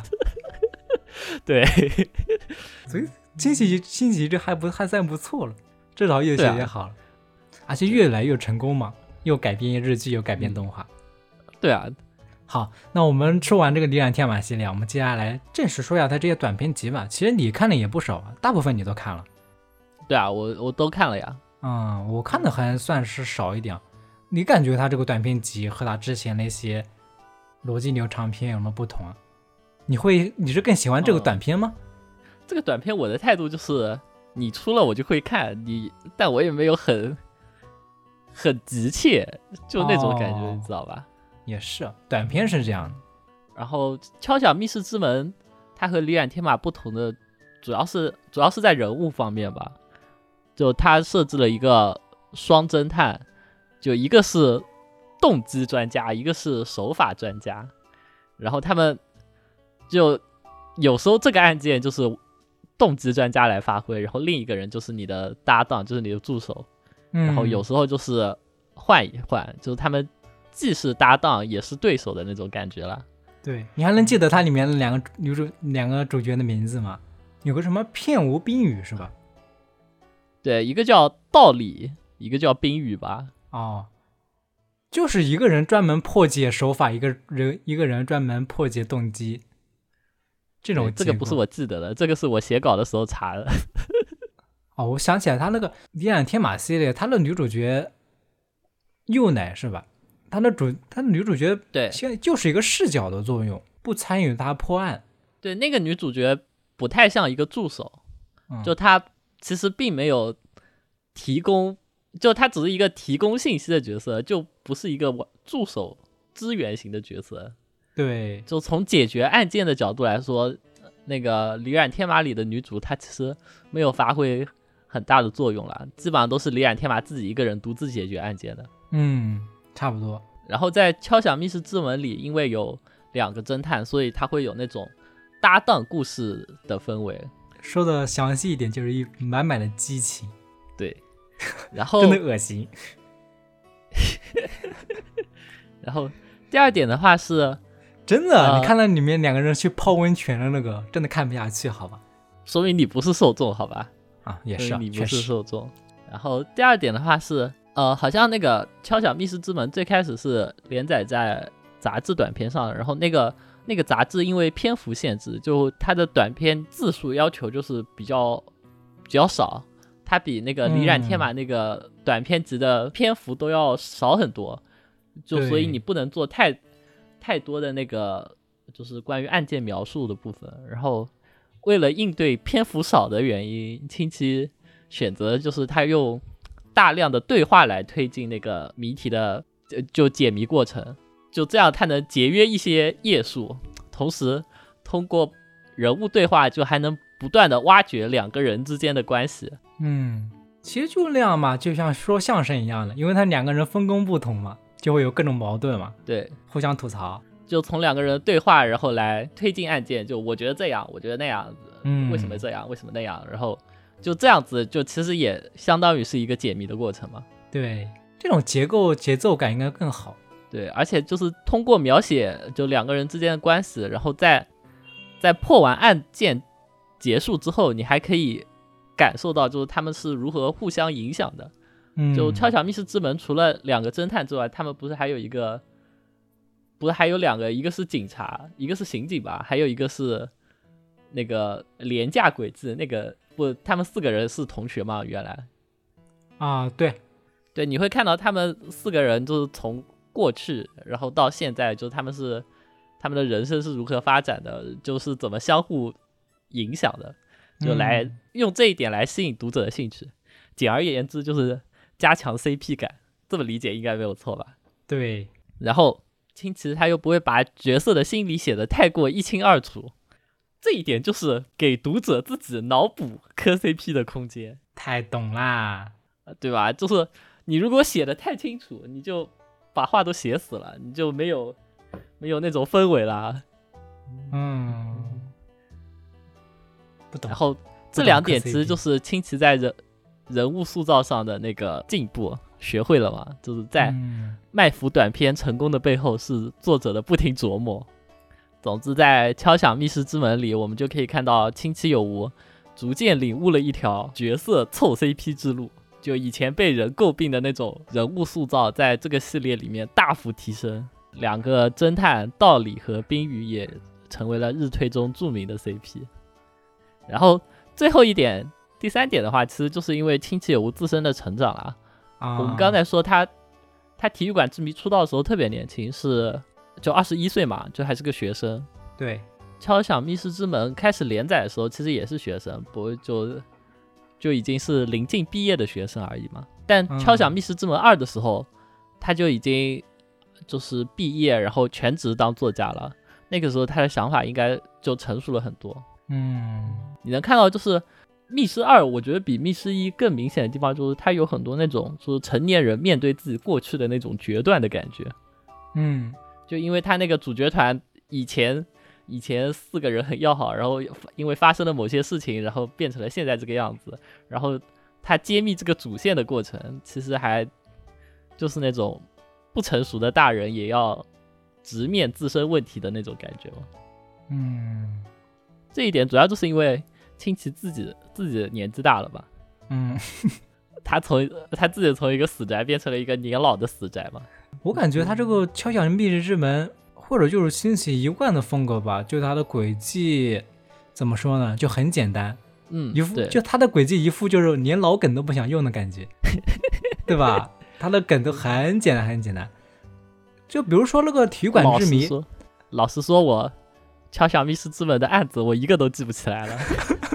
对， 所以轻喜剧还算不错了，至少越写越好了，而且越来越成功嘛，又改编日剧，又改编动画。 对啊。 好，那我们说完这个《离染天马》系列，我们接下来正式说一下它这些短篇集吧。其实你看的也不少啊，大部分你都看了。 对啊，我都看了呀。 我看的还算是少一点。你感觉它这个短篇集和它之前那些逻辑流长篇有什么不同啊？你是更喜欢这个短篇吗？ 这个短篇我的态度就是你出了我就会看但我也没有很急切，就那种感觉，你知道吧？ 也是，短篇是这样的。 然后《敲响密室之门》它和《离染天马》不同的主要是在人物方面吧，就它设置了一个双侦探，就一个是动机专家，一个是手法专家，然后他们就有时候这个案件就是动机专家来发挥，然后另一个人就是你的搭档，就是你的助手，然后有时候就是换一换，就是他们既是搭档也是对手的那种感觉了。 对，你还能记得它里面的两个主角的名字吗？有个什么片无冰雨是吧？ 对，一个叫道理，一个叫冰雨吧。 就是一个人专门破解手法，一个人专门破解动机。这个不是我记得的，这个是我写稿的时候查的。 我想起来，他那个《离染天马》系列，他的女主角幼乃是吧？他的女主角对， 现在就是一个视角的作用，不参与他破案。 对，那个女主角不太像一个助手，就她其实并没有提供，就她只是一个提供信息的角色，就不是一个助手支援型的角色。 对， 就从解决案件的角度来说，那个《离染天马》里的女主她其实没有发挥很大的作用了，基本上都是离染天马自己一个人独自解决案件的。 差不多。 然后在《敲响密室之门》里，因为有2个侦探，所以它会有那种搭档故事的氛围。 说的详细一点，就是满满的激情。 对，然后真的恶心。 然后第二点的话是， 真的，你看到里面2个人去泡温泉的那个，真的看不下去，好吧？ 说明你不是受众，好吧？ 也是， 你不是受众。然后第二点的话是，好像那个《敲响密室之门》最开始是连载在杂志短篇上，然后那个杂志因为篇幅限制，就它的短篇字数要求就是比较少，它比那个《离染天马》那个短篇集的篇幅都要少很多，就所以你不能做太多的那个就是关于案件描述的部分。然后为了应对篇幅少的原因，清崎选择就是他用大量的对话来推进那个谜题的就解谜过程，就这样他能节约一些页数，同时通过人物对话就还能不断的挖掘2个人之间的关系。 其实就那样嘛，就像说相声一样的，因为他2个人分工不同嘛，就会有各种矛盾嘛。 对， 互相吐槽， 就从2个人对话然后来推进案件，就我觉得这样，我觉得那样子，为什么这样，为什么那样，然后就这样子，就其实也相当于是一个解谜的过程嘛。 对，这种节奏感应该更好。 对，而且就是通过描写就2个人之间的关系，然后在破完案件结束之后，你还可以感受到就是他们是如何互相影响的。就敲响密室之门除了2个侦探之外，他们不是还有2个，一个是警察，一个是刑警吧，还有一个是那个廉价轨迹，那个他们4个人是同学嘛，原来对，你会看到他们4个人就是从过去然后到现在，就他们的人生是如何发展的，就是怎么相互影响的，就来用这一点来吸引读者的兴趣。简而言之就是加强 CP 感，这么理解应该没有错吧？ 对。 然后清崎他又不会把角色的心理写得太过一清二楚， 这一点就是给读者自己脑补磕 CP 的空间， 太懂啦， 对吧？就是你如果写的太清楚，你就把话都写死了，你就没有那种氛围啦。 不懂。 然后这两点其实就是清奇在人物塑造上的那个进步，学会了嘛，就是在卖腐短篇成功的背后是作者的不停琢磨。总之在敲响密室之门里，我们就可以看到清奇有无逐渐领悟了一条角色凑 CP 之路，就以前被人诟病的那种人物塑造在这个系列里面大幅提升，两个侦探道理和冰羽也成为了日推中著名的 CP。 然后最后一点，第三点的话，其实就是因为清奇有无自身的成长啦。我们刚才说他体育馆之谜出道的时候特别年轻，是就21岁嘛，就还是个学生。 对， 敲响密室之门开始连载的时候其实也是学生，不过就已经是临近毕业的学生而已嘛。但敲响密室之门2的时候，他就已经就是毕业，然后全职当作家了。那个时候他的想法应该就成熟了很多。你能看到就是密室2，我觉得比密室1更明显的地方就是它有很多那种就是成年人面对自己过去的那种决断的感觉。就因为他那个主角团以前4个人很要好，然后因为发生了某些事情，然后变成了现在这个样子，然后他揭秘这个主线的过程，其实还就是那种不成熟的大人也要直面自身问题的那种感觉嘛。这一点主要就是因为清奇自己的年纪大了吧。他自己从一个死宅变成了一个年老的死宅嘛。 我感觉他这个敲响密室之门或者就是清奇一贯的风格吧，就他的轨迹怎么说呢，就很简单。一副就他的轨迹一副就是连老梗都不想用的感觉对吧？他的梗都很简单很简单。就比如说那个体育馆之谜， 老实说我敲响密室之门的案子我一个都记不起来了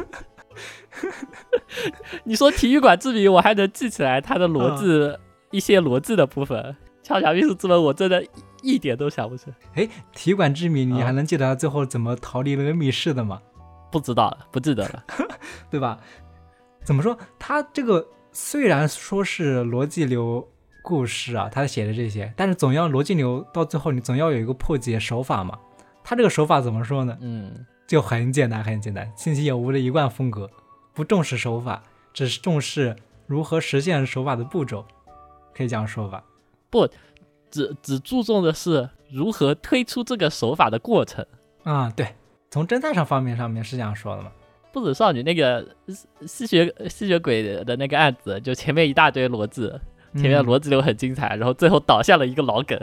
你说体育馆之谜我还能记起来他的逻辑，一些逻辑的部分，敲响密室之门我真的一点都想不起来。 体育馆之谜你还能记得他最后怎么逃离那个密室的吗？ 不知道了，不记得了对吧？怎么说，他这个虽然说是逻辑流故事啊，他写的这些，但是总要逻辑流到最后你总要有一个破解手法嘛。他这个手法怎么说呢？就很简单很简单，清奇有无的一贯风格，不重视手法，只是重视如何实现手法的步骤，可以这样说吧？ 不，只注重的是如何推出这个手法的过程对，从侦探方面是这样说的嘛。 不止少女那个吸血鬼的那个案子，就前面一大堆逻辑，前面逻辑流很精彩，然后最后导向了一个老梗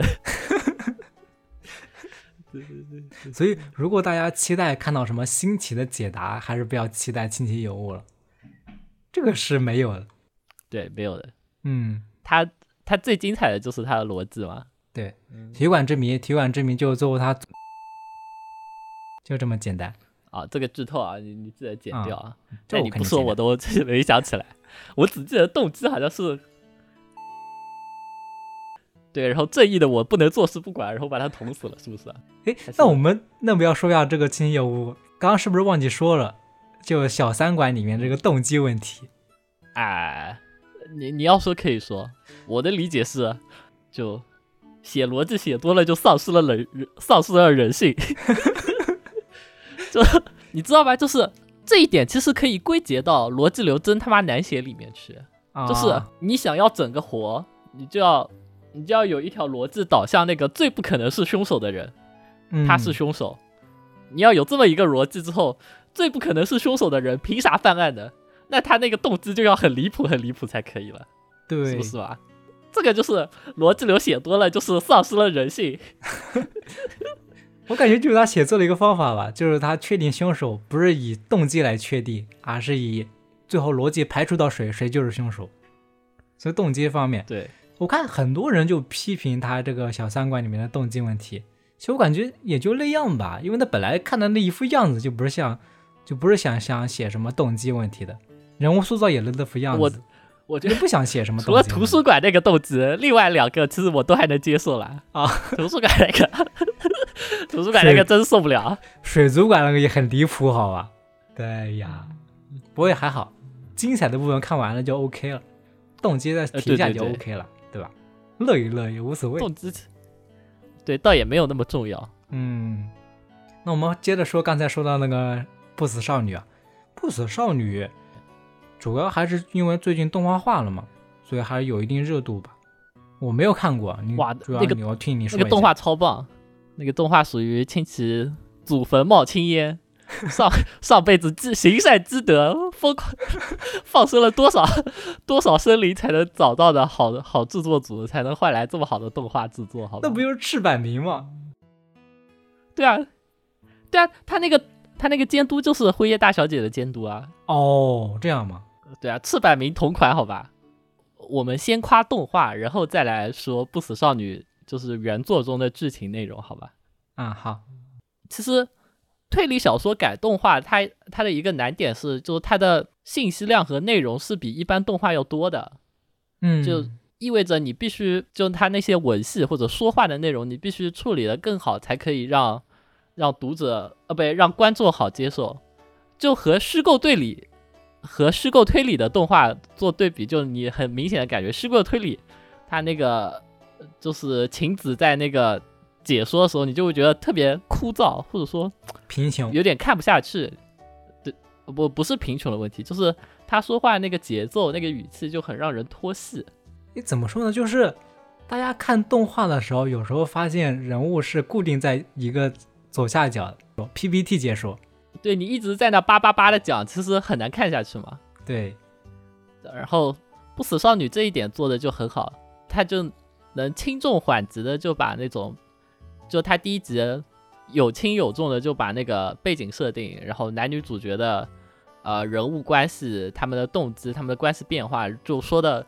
所以如果大家期待看到什么新奇的解答，还是不要期待清奇有无了，这个是没有的。 对，没有的。他最精彩的就是他的逻辑嘛。 对，体育馆之谜就最后他就这么简单这个剧透啊，你记得剪掉啊。 但你不说我都没想起来，我只记得动机好像是对，然后正义的我不能坐视不管，然后把他捅死了，是不是？ 那我们那不要说一下这个清奇有无，刚刚是不是忘记说了？就小三馆里面这个动机问题。 你要说可以说，我的理解是，就写逻辑写多了就丧失了人性。就你知道吧？就是这一点其实可以归结到逻辑流真他妈难写里面去。就是你想要整个活，你就要有一条逻辑导向那个最不可能是凶手的人，他是凶手。你要有这么一个逻辑之后，最不可能是凶手的人凭啥犯案的？那他那个动机就要很离谱才可以了， 对， 是不是吧？这个就是逻辑流写多了就是丧失了人性。 我感觉就是他写作的一个方法吧，就是他确定凶手不是以动机来确定，而是以最后逻辑排除到谁就是凶手。所以动机方面， 对，我看很多人就批评他这个小三馆里面的动机问题，其实我感觉也就那样吧，因为他本来看的那一副样子就不是想写什么动机问题的，人物塑造也是那副样子。 我觉得就不想写什么除了动机。 图书馆那个动机，另外2个其实我都还能接受啦。 啊， 图书馆那个，图书馆那个真受不了。 水族馆那个也很离谱，好吧？对呀，不过也还好，精彩的部分看完了就 OK 了，动机再提一下就 OK 了，对吧？乐一乐也无所谓。 动机，对，倒也没有那么重要。 那我们接着说刚才说到那个不死少女啊，不死少女主要还是因为最近动画化了嘛，所以还是有一定热度吧。我没有看过， 哇， 主要我听你说一下。 那个动画超棒，那个动画属于亲戚祖坟冒青烟，上辈子行善积德，疯狂放生了多少生灵才能找到的好制作组，才能换来这么好的动画制作，好吧？ 那不就是赤坂明吗？ 对啊，他那个监督就是辉夜大小姐的监督啊。 哦，这样吗？ 对啊，赤坂明同款，好吧？我们先夸动画，然后再来说不死少女就是原作中的剧情内容，好吧？ 好。 其实推理小说改动画，它的一个难点是，就是它的信息量和内容是比一般动画要多的。就意味着你必须就它那些文戏或者说话的内容，你必须处理得更好，才可以让读者让观众好接受。就和虚构推理的动画做对比，就你很明显的感觉虚构推理它那个就是晴子在那个解说的时候，你就会觉得特别枯燥，或者说贫穷， 有点看不下去。对，不是贫穷的问题，就是他说话那个节奏那个语气就很让人脱戏。 你怎么说呢，就是大家看动画的时候，有时候发现人物是固定在一个左下角的 PPT 解说， 对，你一直在那叭叭叭的讲，其实很难看下去嘛。 对， 然后不死少女这一点做的就很好，他就能轻重缓急的就把那种，就他第一集有轻有重的就把那个背景设定，然后男女主角的人物关系、他们的动机、他们的关系变化，就说的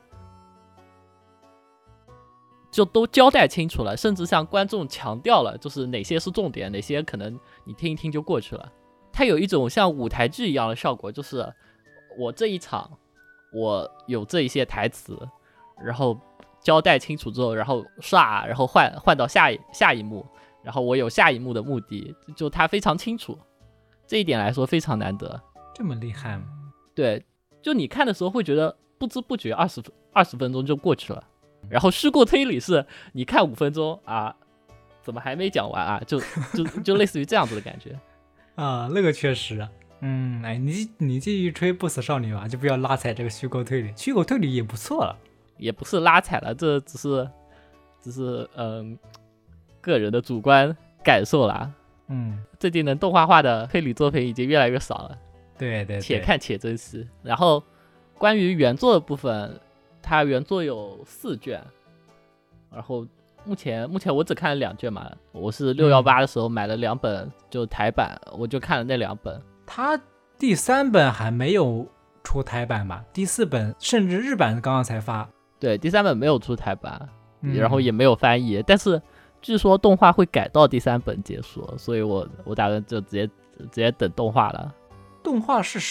就都交代清楚了，甚至向观众强调了，就是哪些是重点，哪些可能你听一听就过去了。它有一种像舞台剧一样的效果，就是我这一场我有这一些台词，然后交代清楚之后，然后唰，然后换到下一幕，然后我有下一幕的目的，就它非常清楚，这一点来说非常难得。 这么厉害吗？ 对，就你看的时候会觉得不知不觉20分钟就过去了，然后虚构推理是你看5分钟啊，怎么还没讲完啊？就类似于这样子的感觉。 那个确实，你继续吹不死少女吧，就不要拉踩这个虚构推理，虚构推理也不错了， 也不是拉踩了，这只是个人的主观感受啦。最近能动画化的推理作品已经越来越少了， 对， 且看且珍惜。然后关于原作的部分，它原作有4卷，然后目前我只看了2卷嘛，我是618的时候买了2本，就台版，我就看了那2本。 它第3本还没有出台版吧？第4本甚至日版刚刚才发。 对，第3本没有出台版，然后也没有翻译，但是据说动画会改到第3本结束，所以我打算就直接等动画了。 动画是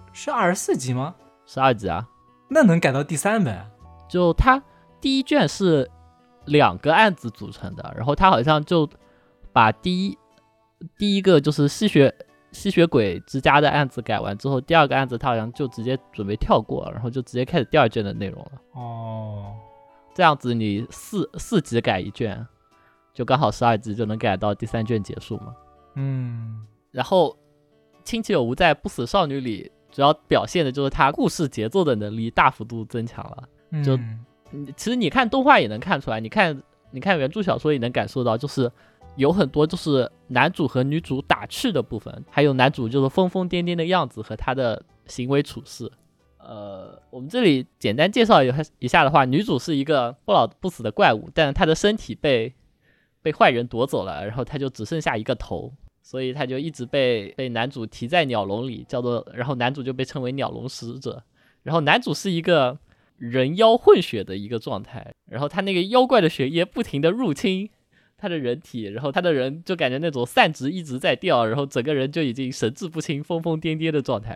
24集吗 ？12集啊。 那能改到第3本？ 就它第1卷是2个案子组成的，然后他好像就把第一个就是吸血鬼之家的案子改完之后，第2个案子他好像就直接准备跳过，然后就直接开始第2卷的内容了。这样子你4集改1卷，就刚好12集就能改到第3卷结束嘛。然后亲戚有无在不死少女里主要表现的就是他故事节奏的能力大幅度增强了。就其实你看动画也能看出来，你看原著小说也能感受到，就是有很多就是男主和女主打趣的部分，还有男主就是疯疯癫癫的样子和他的行为处事。我们这里简单介绍一下的话，女主是一个不老不死的怪物，但她的身体被坏人夺走了，然后她就只剩下一个头，所以她就一直被男主提在鸟笼里，然后男主就被称为鸟笼使者。然后男主是一个人妖混血的一个状态，然后他那个妖怪的血液不停的入侵他的人体，然后他的人就感觉那种散值一直在掉，然后整个人就已经神志不清疯疯癫癫的状态。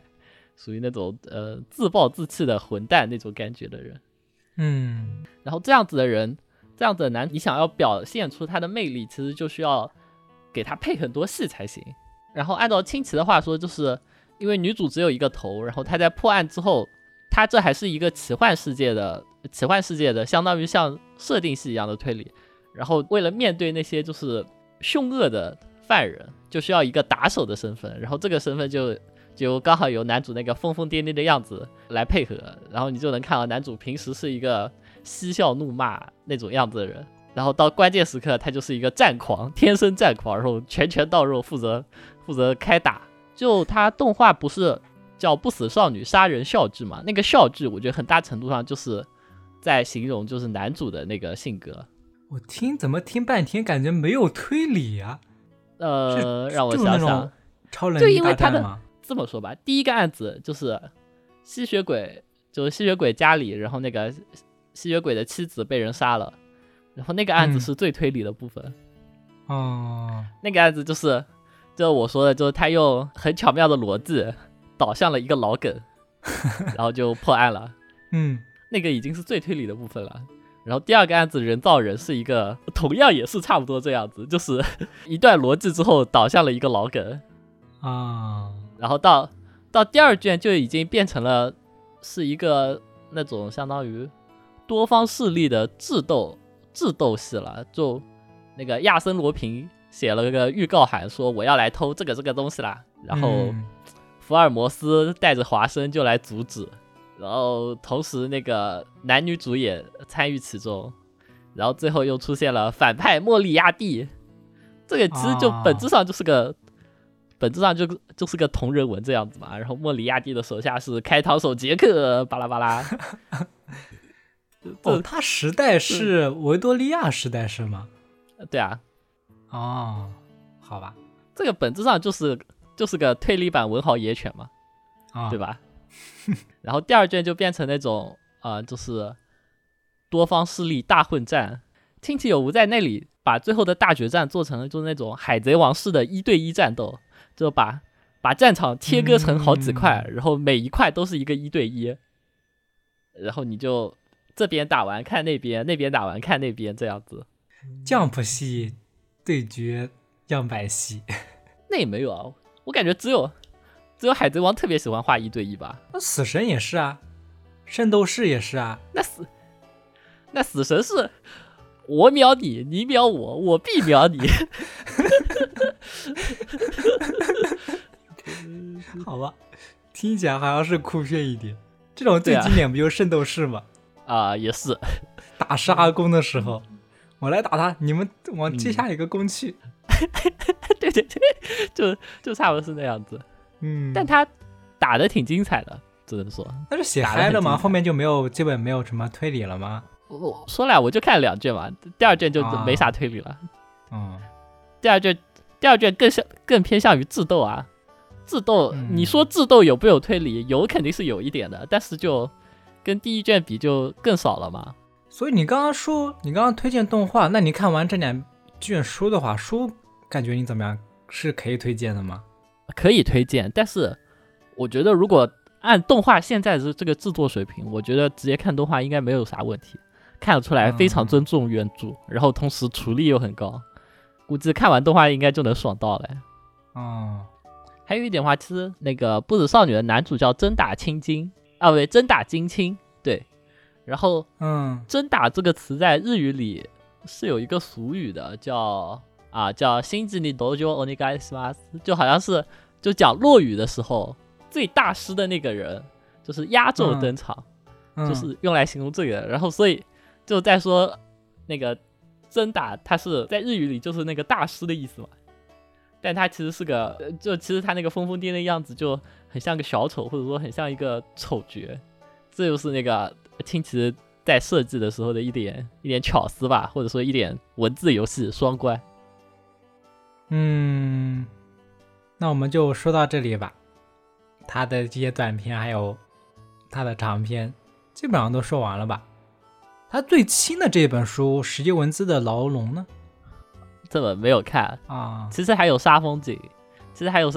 属于那种自暴自弃的混蛋那种感觉的人。然后这样子的人，这样子的男，你想要表现出他的魅力，其实就需要给他配很多戏才行。然后按照清奇的话说，就是因为女主只有一个头，然后她在破案之后，她这还是一个奇幻世界的相当于像设定系一样的推理。然后为了面对那些就是凶恶的犯人，就需要一个打手的身份，然后这个身份就刚好有男主那个疯疯癫癫的样子来配合，然后你就能看到男主平时是一个嬉笑怒骂那种样子的人，然后到关键时刻他就是一个战狂，天生战狂，然后拳拳到肉，负责开打。就他动画不是叫不死少女杀人笑剧嘛，那个笑剧我觉得很大程度上就是在形容就是男主的那个性格。 我怎么听半天感觉没有推理啊？ 让我想想， 超能力大战吗？ 这么说吧，第一个案子就是吸血鬼家里，然后那个吸血鬼的妻子被人杀了，然后那个案子是最推理的部分。那个案子就是我说的，就是他用很巧妙的逻辑导向了一个老梗，然后就破案了。那个已经是最推理的部分了。然后第二个案子人造人是一个同样也是差不多这样子，就是一段逻辑之后导向了一个老梗然后到第二卷就已经变成了是一个那种相当于多方势力的智斗戏了。就那个亚森罗平写了个预告函说我要来偷这个东西啦，然后福尔摩斯带着华生就来阻止，然后同时那个男女主也参与其中，然后最后又出现了反派莫里亚蒂。这个其实就本质上就是个同人文这样子嘛。然后莫里亚蒂的手下是开膛手杰克，巴拉巴拉。 他时代是维多利亚时代是吗？ 对啊。 好吧， 这个本质上就是个推理版文豪野犬嘛，对吧？然后第二卷就变成那种就是多方势力大混战。亲戚有无在那里把最后的大决战做成了就是那种海贼王式的1对1战斗，就把战场切割成好几块，然后每一块都是一个1对1，然后你就这边打完看那边，那边打完看那边，这样子。 Jump 系对决样板系那也没有啊，我感觉只有海贼王特别喜欢画1对1吧。 那死神也是啊，圣斗士也是啊。 那死神是我秒你，你秒我，我必秒你。 好吧，听起来好像是酷炫一点。这种最经典不就是圣斗士吗？ 也是。 打沙宫的时候，我来打他，你们往接下一个宫去。 对，就差不多是那样子。但他打得挺精彩的，只能说。 那是写嗨了吗？后面就基本没有什么推理了吗？ 我说来我就看了2卷嘛，第二卷就没啥推理了。第二卷更偏向于智斗啊。智斗，你说智斗有没有推理？有，肯定是有一点的，但是就跟第一卷比就更少了嘛。 所以你刚刚推荐动画，那你看完这2卷书的话，书感觉你怎么样？是可以推荐的吗？ 可以推荐，但是我觉得如果按动画现在的这个制作水平，我觉得直接看动画应该没有啥问题，看得出来非常尊重原著，然后同时处理又很高，估计看完动画应该就能爽到了。还有一点的话，其实那个不死少女的男主叫真打青金不对，真打金青，对。然后真打这个词在日语里是有一个俗语的，叫新吉尼多就お願いします，就好像是就讲落雨的时候最大师的那个人就是压轴登场，就是用来形容这个。然后所以就在说那个真打他是在日语里就是那个大师的意思嘛，但他其实是个其实他那个疯疯癫癫的样子就很像个小丑，或者说很像一个丑角。这就是那个清奇在设计的时候的一点巧思吧，或者说一点文字游戏双关。 那我们就说到这里吧。他的这些短片还有他的长篇基本上都说完了吧。他最新的这本书实际文字的牢笼呢， 这本没有看其实还有杀风景，其实还有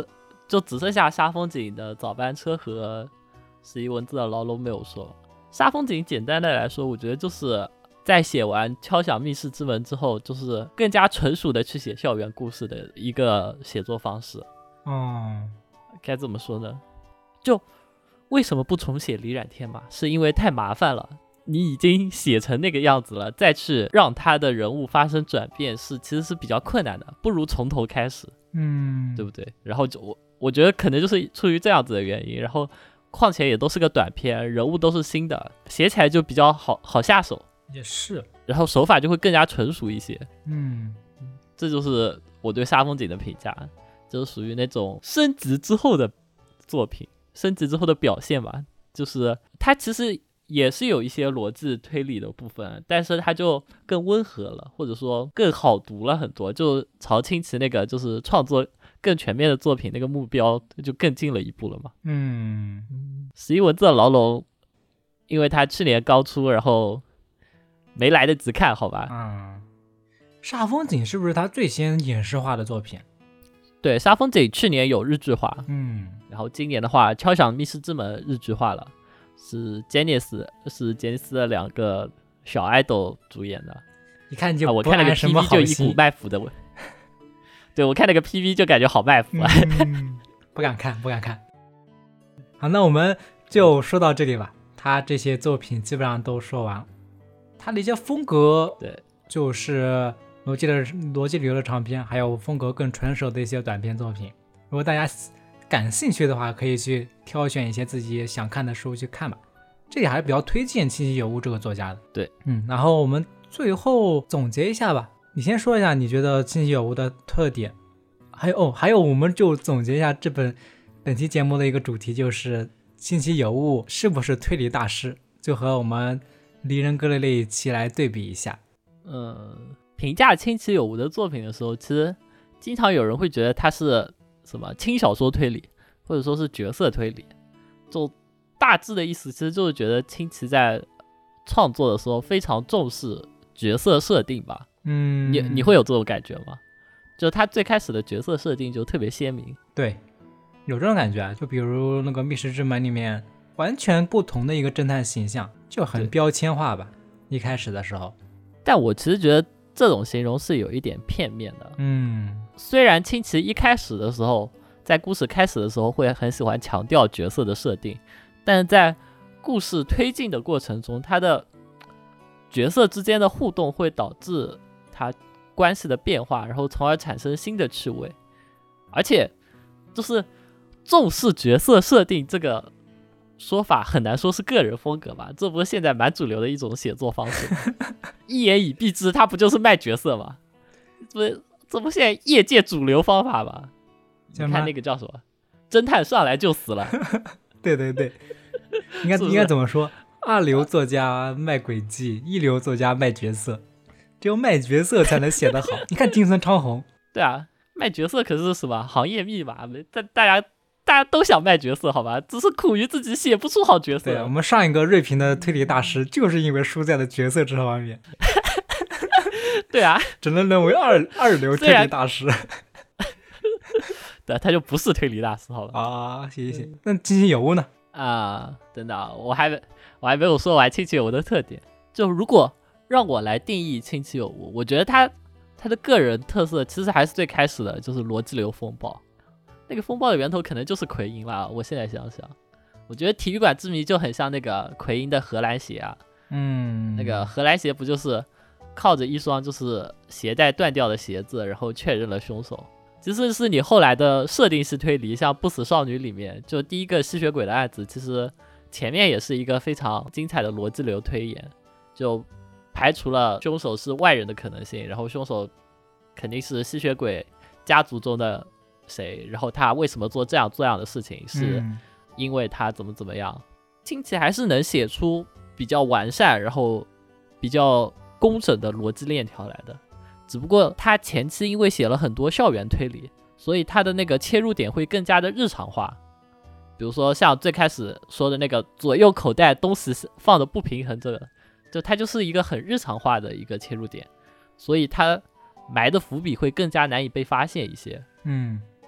就只剩下杀风景的早班车和十一文字的牢笼没有说。杀风景简单的来说，我觉得就是在写完敲响密室之门之后，就是更加纯熟的去写校园故事的一个写作方式。该怎么说呢？就为什么不重写李染天马？是因为太麻烦了。你已经写成那个样子了，再去让他的人物发生转变其实是比较困难的，不如从头开始，对不对？然后我觉得可能就是出于这样子的原因，然后况且也都是个短篇，人物都是新的，写起来就比较好下手， 也是， 然后手法就会更加纯熟一些。这就是我对杀风景的评价，就是属于那种升级之后的作品，升级之后的表现吧。就是它其实也是有一些逻辑推理的部分，但是它就更温和了，或者说更好读了很多，就朝清奇那个就是创作更全面的作品那个目标就更近了一步了嘛。十一文字的牢笼，因为他去年刚出，然后没来得及看，好吧。 杀风景是不是他最先影视化的作品？ 对，杀风景去年有日剧化，然后今年的话，敲响密室之门日剧化了，是杰尼斯的2个小爱豆主演的。 一看就我看那个 PV 就一股卖腐的味。对，我看那个 PV 就感觉好卖腐啊。 不敢看。好，那我们就说到这里吧。他这些作品基本上都说完，他的一些风格， 对， 就是逻辑流的长篇，还有风格更纯熟的一些短篇作品。如果大家感兴趣的话，可以去挑选一些自己想看的书去看吧。这里还是比较推荐清崎有吾这个作家的。 对， 然后我们最后总结一下吧。你先说一下你觉得清崎有吾的特点，还有我们就总结一下本期节目的一个主题，就是清崎有吾是不是推理大师，就和我们离人格的那一期来对比一下。 评价清崎有吾的作品的时候，其实经常有人会觉得他是什么轻小说推理，或者说是角色推理，就大致的意思其实就是觉得清崎在创作的时候非常重视角色设定吧。你会有这种感觉吗？就他最开始的角色设定就特别鲜明。 对，有这种感觉啊。就比如那个密室之门里面完全不同的一个侦探形象，就很标签化吧，一开始的时候。 但我其实觉得这种形容是有一点片面的。虽然清崎一开始的时候，在故事开始的时候会很喜欢强调角色的设定，但是在故事推进的过程中，他的角色之间的互动会导致他关系的变化，然后从而产生新的趣味。而且就是重视角色设定这个说法很难说是个人风格吧，这不是现在蛮主流的一种写作方式。一言以蔽之，它不就是卖角色吗？这不现在业界主流方法吗？你看那个叫什么侦探上来就死了。 对，应该怎么说？二流作家卖轨迹，一流作家卖角色，只有卖角色才能写得好。你看金村昌宏。 对啊，卖角色可是什么行业密码？大家都想卖角色，好吧？只是苦于自己写不出好角色。 对，我们上一个锐评的推理大师就是因为输在了角色这方面。 对啊， 只能沦为二流推理大师。 对，他就不是推理大师，好吧？ 啊，行。那清崎有吾呢？ 真的，我还没有说完清崎有吾的特点。就如果让我来定义清崎有吾，我觉得他的个人特色其实还是最开始的，就是逻辑流风暴。那个风暴的源头可能就是奎因啦。我现在想想，我觉得体育馆之谜就很像那个奎因的荷兰鞋啊。那个荷兰鞋不就是靠着一双就是鞋带断掉的鞋子，然后确认了凶手。其实是你后来的设定式推理，像不死少女里面就第一个吸血鬼的案子，其实前面也是一个非常精彩的逻辑流推演，就排除了凶手是外人的可能性，然后凶手肯定是吸血鬼家族中的谁，然后他为什么做这样的事情，是因为他怎么样。清崎还是能写出比较完善然后比较工整的逻辑链条来的，只不过他前期因为写了很多校园推理，所以他的那个切入点会更加的日常化。比如说像最开始说的那个左右口袋东西放的不平衡，这个就它就是一个很日常化的一个切入点，所以它埋的伏笔会更加难以被发现一些。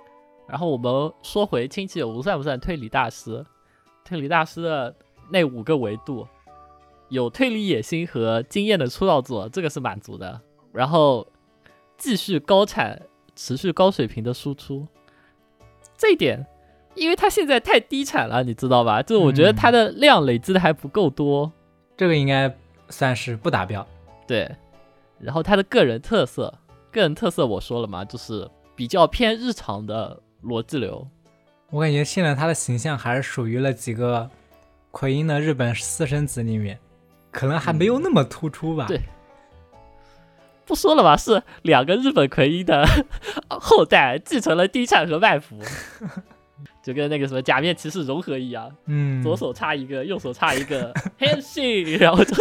然后我们说回亲戚有无算不算推理大师？推理大师的那5个维度，有推理野心和经验的出道作，这个是满足的。然后继续高产，持续高水平的输出，这一点，因为他现在太低产了，你知道吧？就我觉得他的量累积的还不够多， 这个应该算是不达标。 对，然后他的个人特色我说了嘛，就是比较偏日常的逻辑流。 我感觉现在他的形象还是属于了几个奎因的日本私生子里面，可能还没有那么突出吧。 对，不说了吧，是2个日本奎因的后代继承了低产和卖腐，就跟那个什么假面骑士融合一样，左手插一个，右手插一个，handshake， 然后就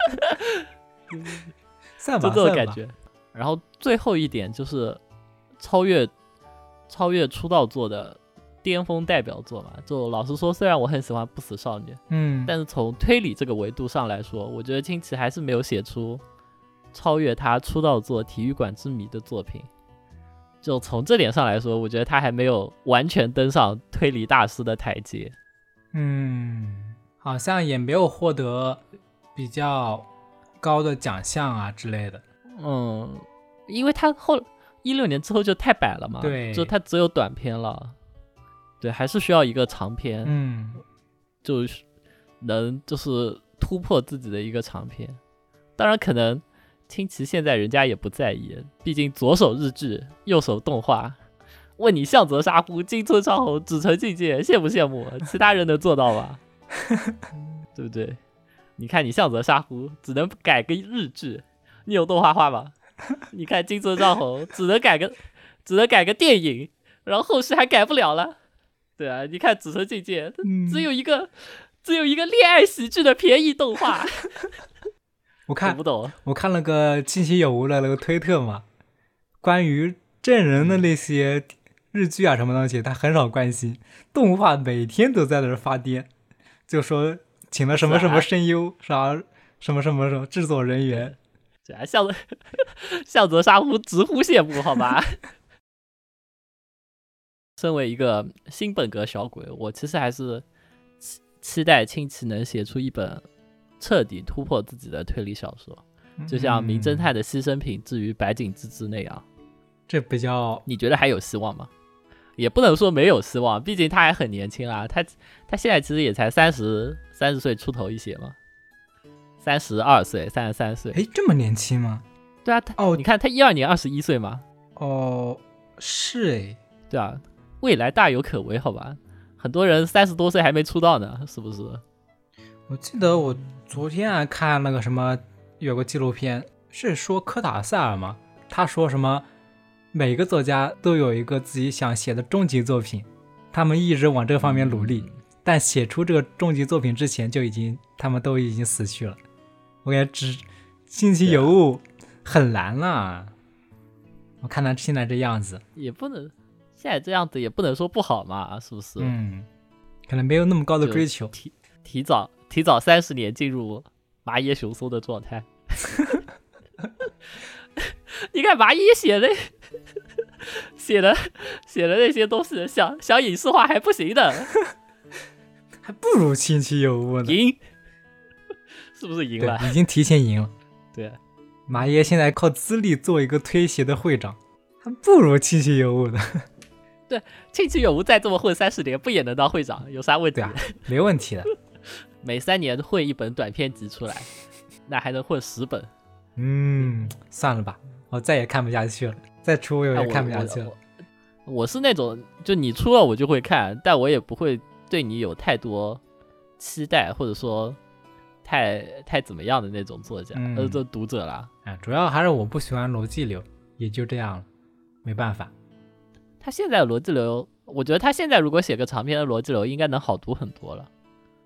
算吧， 就这种感觉。然后最后一点就是超越出道作的巅峰代表作嘛。就老实说，虽然我很喜欢不死少女，但是从推理这个维度上来说，我觉得清崎还是没有写出超越他出道作《体育馆之谜》的作品。就从这点上来说，我觉得他还没有完全登上推理大师的台阶。 好像也没有获得比较高的奖项啊之类的。 因为他16年之后就太摆了嘛， 对， 就他只有短片了，对，还是需要一个长片，就是能就是突破自己的一个长片。当然可能清崎现在人家也不在意，毕竟左手日剧，右手动画。问你向泽沙呼、金村昌宏、指城境界，羡不羡慕？其他人能做到吗？对不对？你看你向泽沙呼只能改个日剧，你有动画化吗？你看金村昌宏只能改个电影，然后后续还改不了了。对啊，你看指城境界，只有一个恋爱喜剧的便宜动画。 我看不懂， 我看了个清崎有无的那个推特嘛，关于真人的那些日剧啊什么东西，他很少关心，动画每天都在那儿发癫，就说请了什么什么声优，啥什么什么制作人员， 对啊，向泽沙呼直呼羡慕，好吧。身为一个新本格小鬼，我其实还是期待清崎能写出一本彻底突破自己的推理小说，就像名侦探的牺牲品至于白井之之那样。 这比较， 你觉得还有希望吗？也不能说没有希望，毕竟他还很年轻啦，他现在其实也才30岁出头一些嘛，32岁、33岁。 哎，这么年轻吗？ 对啊，你看他12年21岁嘛。 是哎。 对啊，未来大有可为，好吧？很多人30多岁还没出道呢，是不是？ 我记得我昨天看那个什么，有个纪录片是说科塔塞尔吗？他说什么每个作家都有一个自己想写的终极作品，他们一直往这方面努力，但写出这个终极作品之前他们都已经死去了。我感觉清崎有物很难了，我看他现在这样子也不能，现在这样子也不能说不好嘛，是不是？ 可能没有那么高的追求， 提早30年进入麻耶雄松的状态。你看麻耶写的那些东西，想影视化还不行的， 还不如清崎有物呢。 赢，是不是赢了？ 已经提前赢了。 对， 麻耶现在靠资历做一个推协的会长，还不如清崎有物的。 对，清崎有物再这么混30年，不也能当会长？有啥问题？ 没问题的。 每3年混一本短篇集出来，那还能混10本。 算了吧，我再也看不下去了，再出我也看不下去了。 我是那种，就你出了我就会看，但我也不会对你有太多期待，或者说太怎么样的那种作家，这读者啦。 主要还是我不喜欢逻辑流，也就这样了，没办法。 他现在的逻辑流，我觉得他现在如果写个长篇的逻辑流，应该能好读很多了。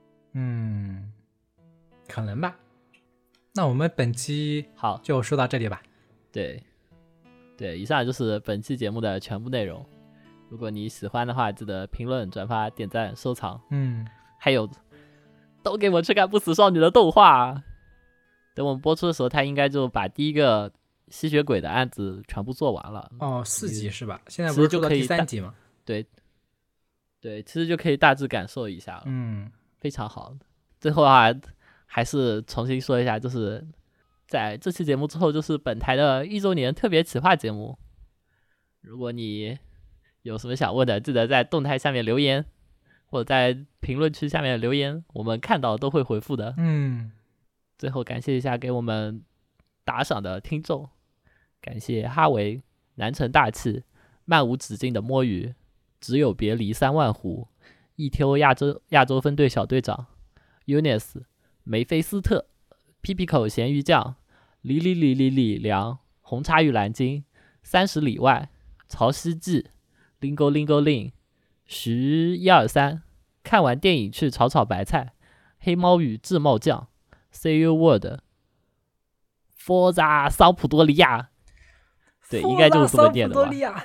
可能吧。那我们本期好就说到这里吧。 对，以上就是本期节目的全部内容。如果你喜欢的话，记得评论、转发、点赞、收藏。还有，都给我去看不死少女的动画。等我们播出的时候，他应该就把第一个吸血鬼的案子全部做完了。 4集是吧？现在不是做到第3集吗？ 对对，其实就可以大致感受一下了。非常好。最后还是重新说一下，就是在这期节目之后，就是本台的1周年特别企划节目。如果你有什么想问的，记得在动态下面留言，或者在评论区下面留言，我们看到都会回复的。最后感谢一下给我们打赏的听众，感谢哈维、南城大气、漫无止境的摸鱼、只有别离3万湖、ETO 亚洲分队小队长、Unis、梅菲斯特、屁屁口咸鱼酱、李良、红茶与蓝鲸、30里外、潮汐记、Lingo 徐123、看完电影去炒白菜、黑猫与智茂酱、CU Word、Forza 桑普多利亚，对，应该就是这么念的吧。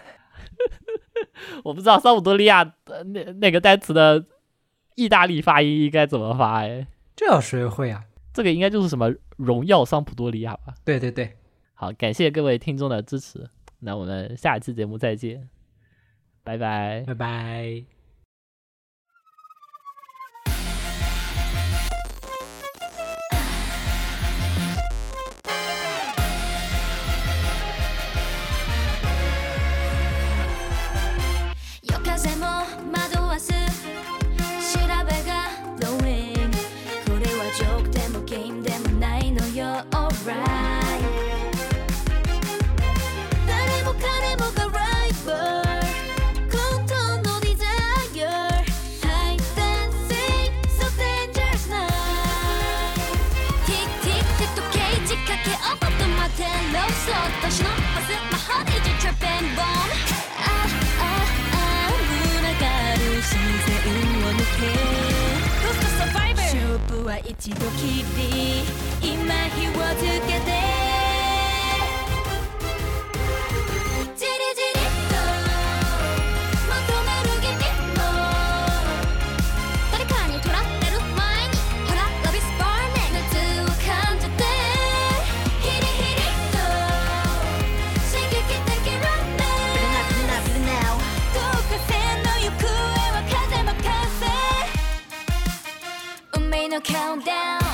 我不知道桑普多利亚那个单词的意大利发音应该怎么发哎？ 这要谁会啊？ 这个应该就是什么荣耀桑普多利亚吧？ 对对对， 好，感谢各位听众的支持，那我们下期节目再见，拜拜， 拜拜。 風も惑わす調べが blowing これはジョークでもゲームでもないのよ alright 誰も彼もがライバル本当のデザイア Hide and seek so dangerous now ティッティッテ時計仕掛けオートマテンローそっと忍ばす魔法でジャパンボーン自然を抜け勝負は一度きり今火をつけてじりじりと求める元気も誰かに取られる前にほら Love is burning 熱を感じてヒリヒリと刺激的ランナー Burn now どうか線の行方運命のカウントダウン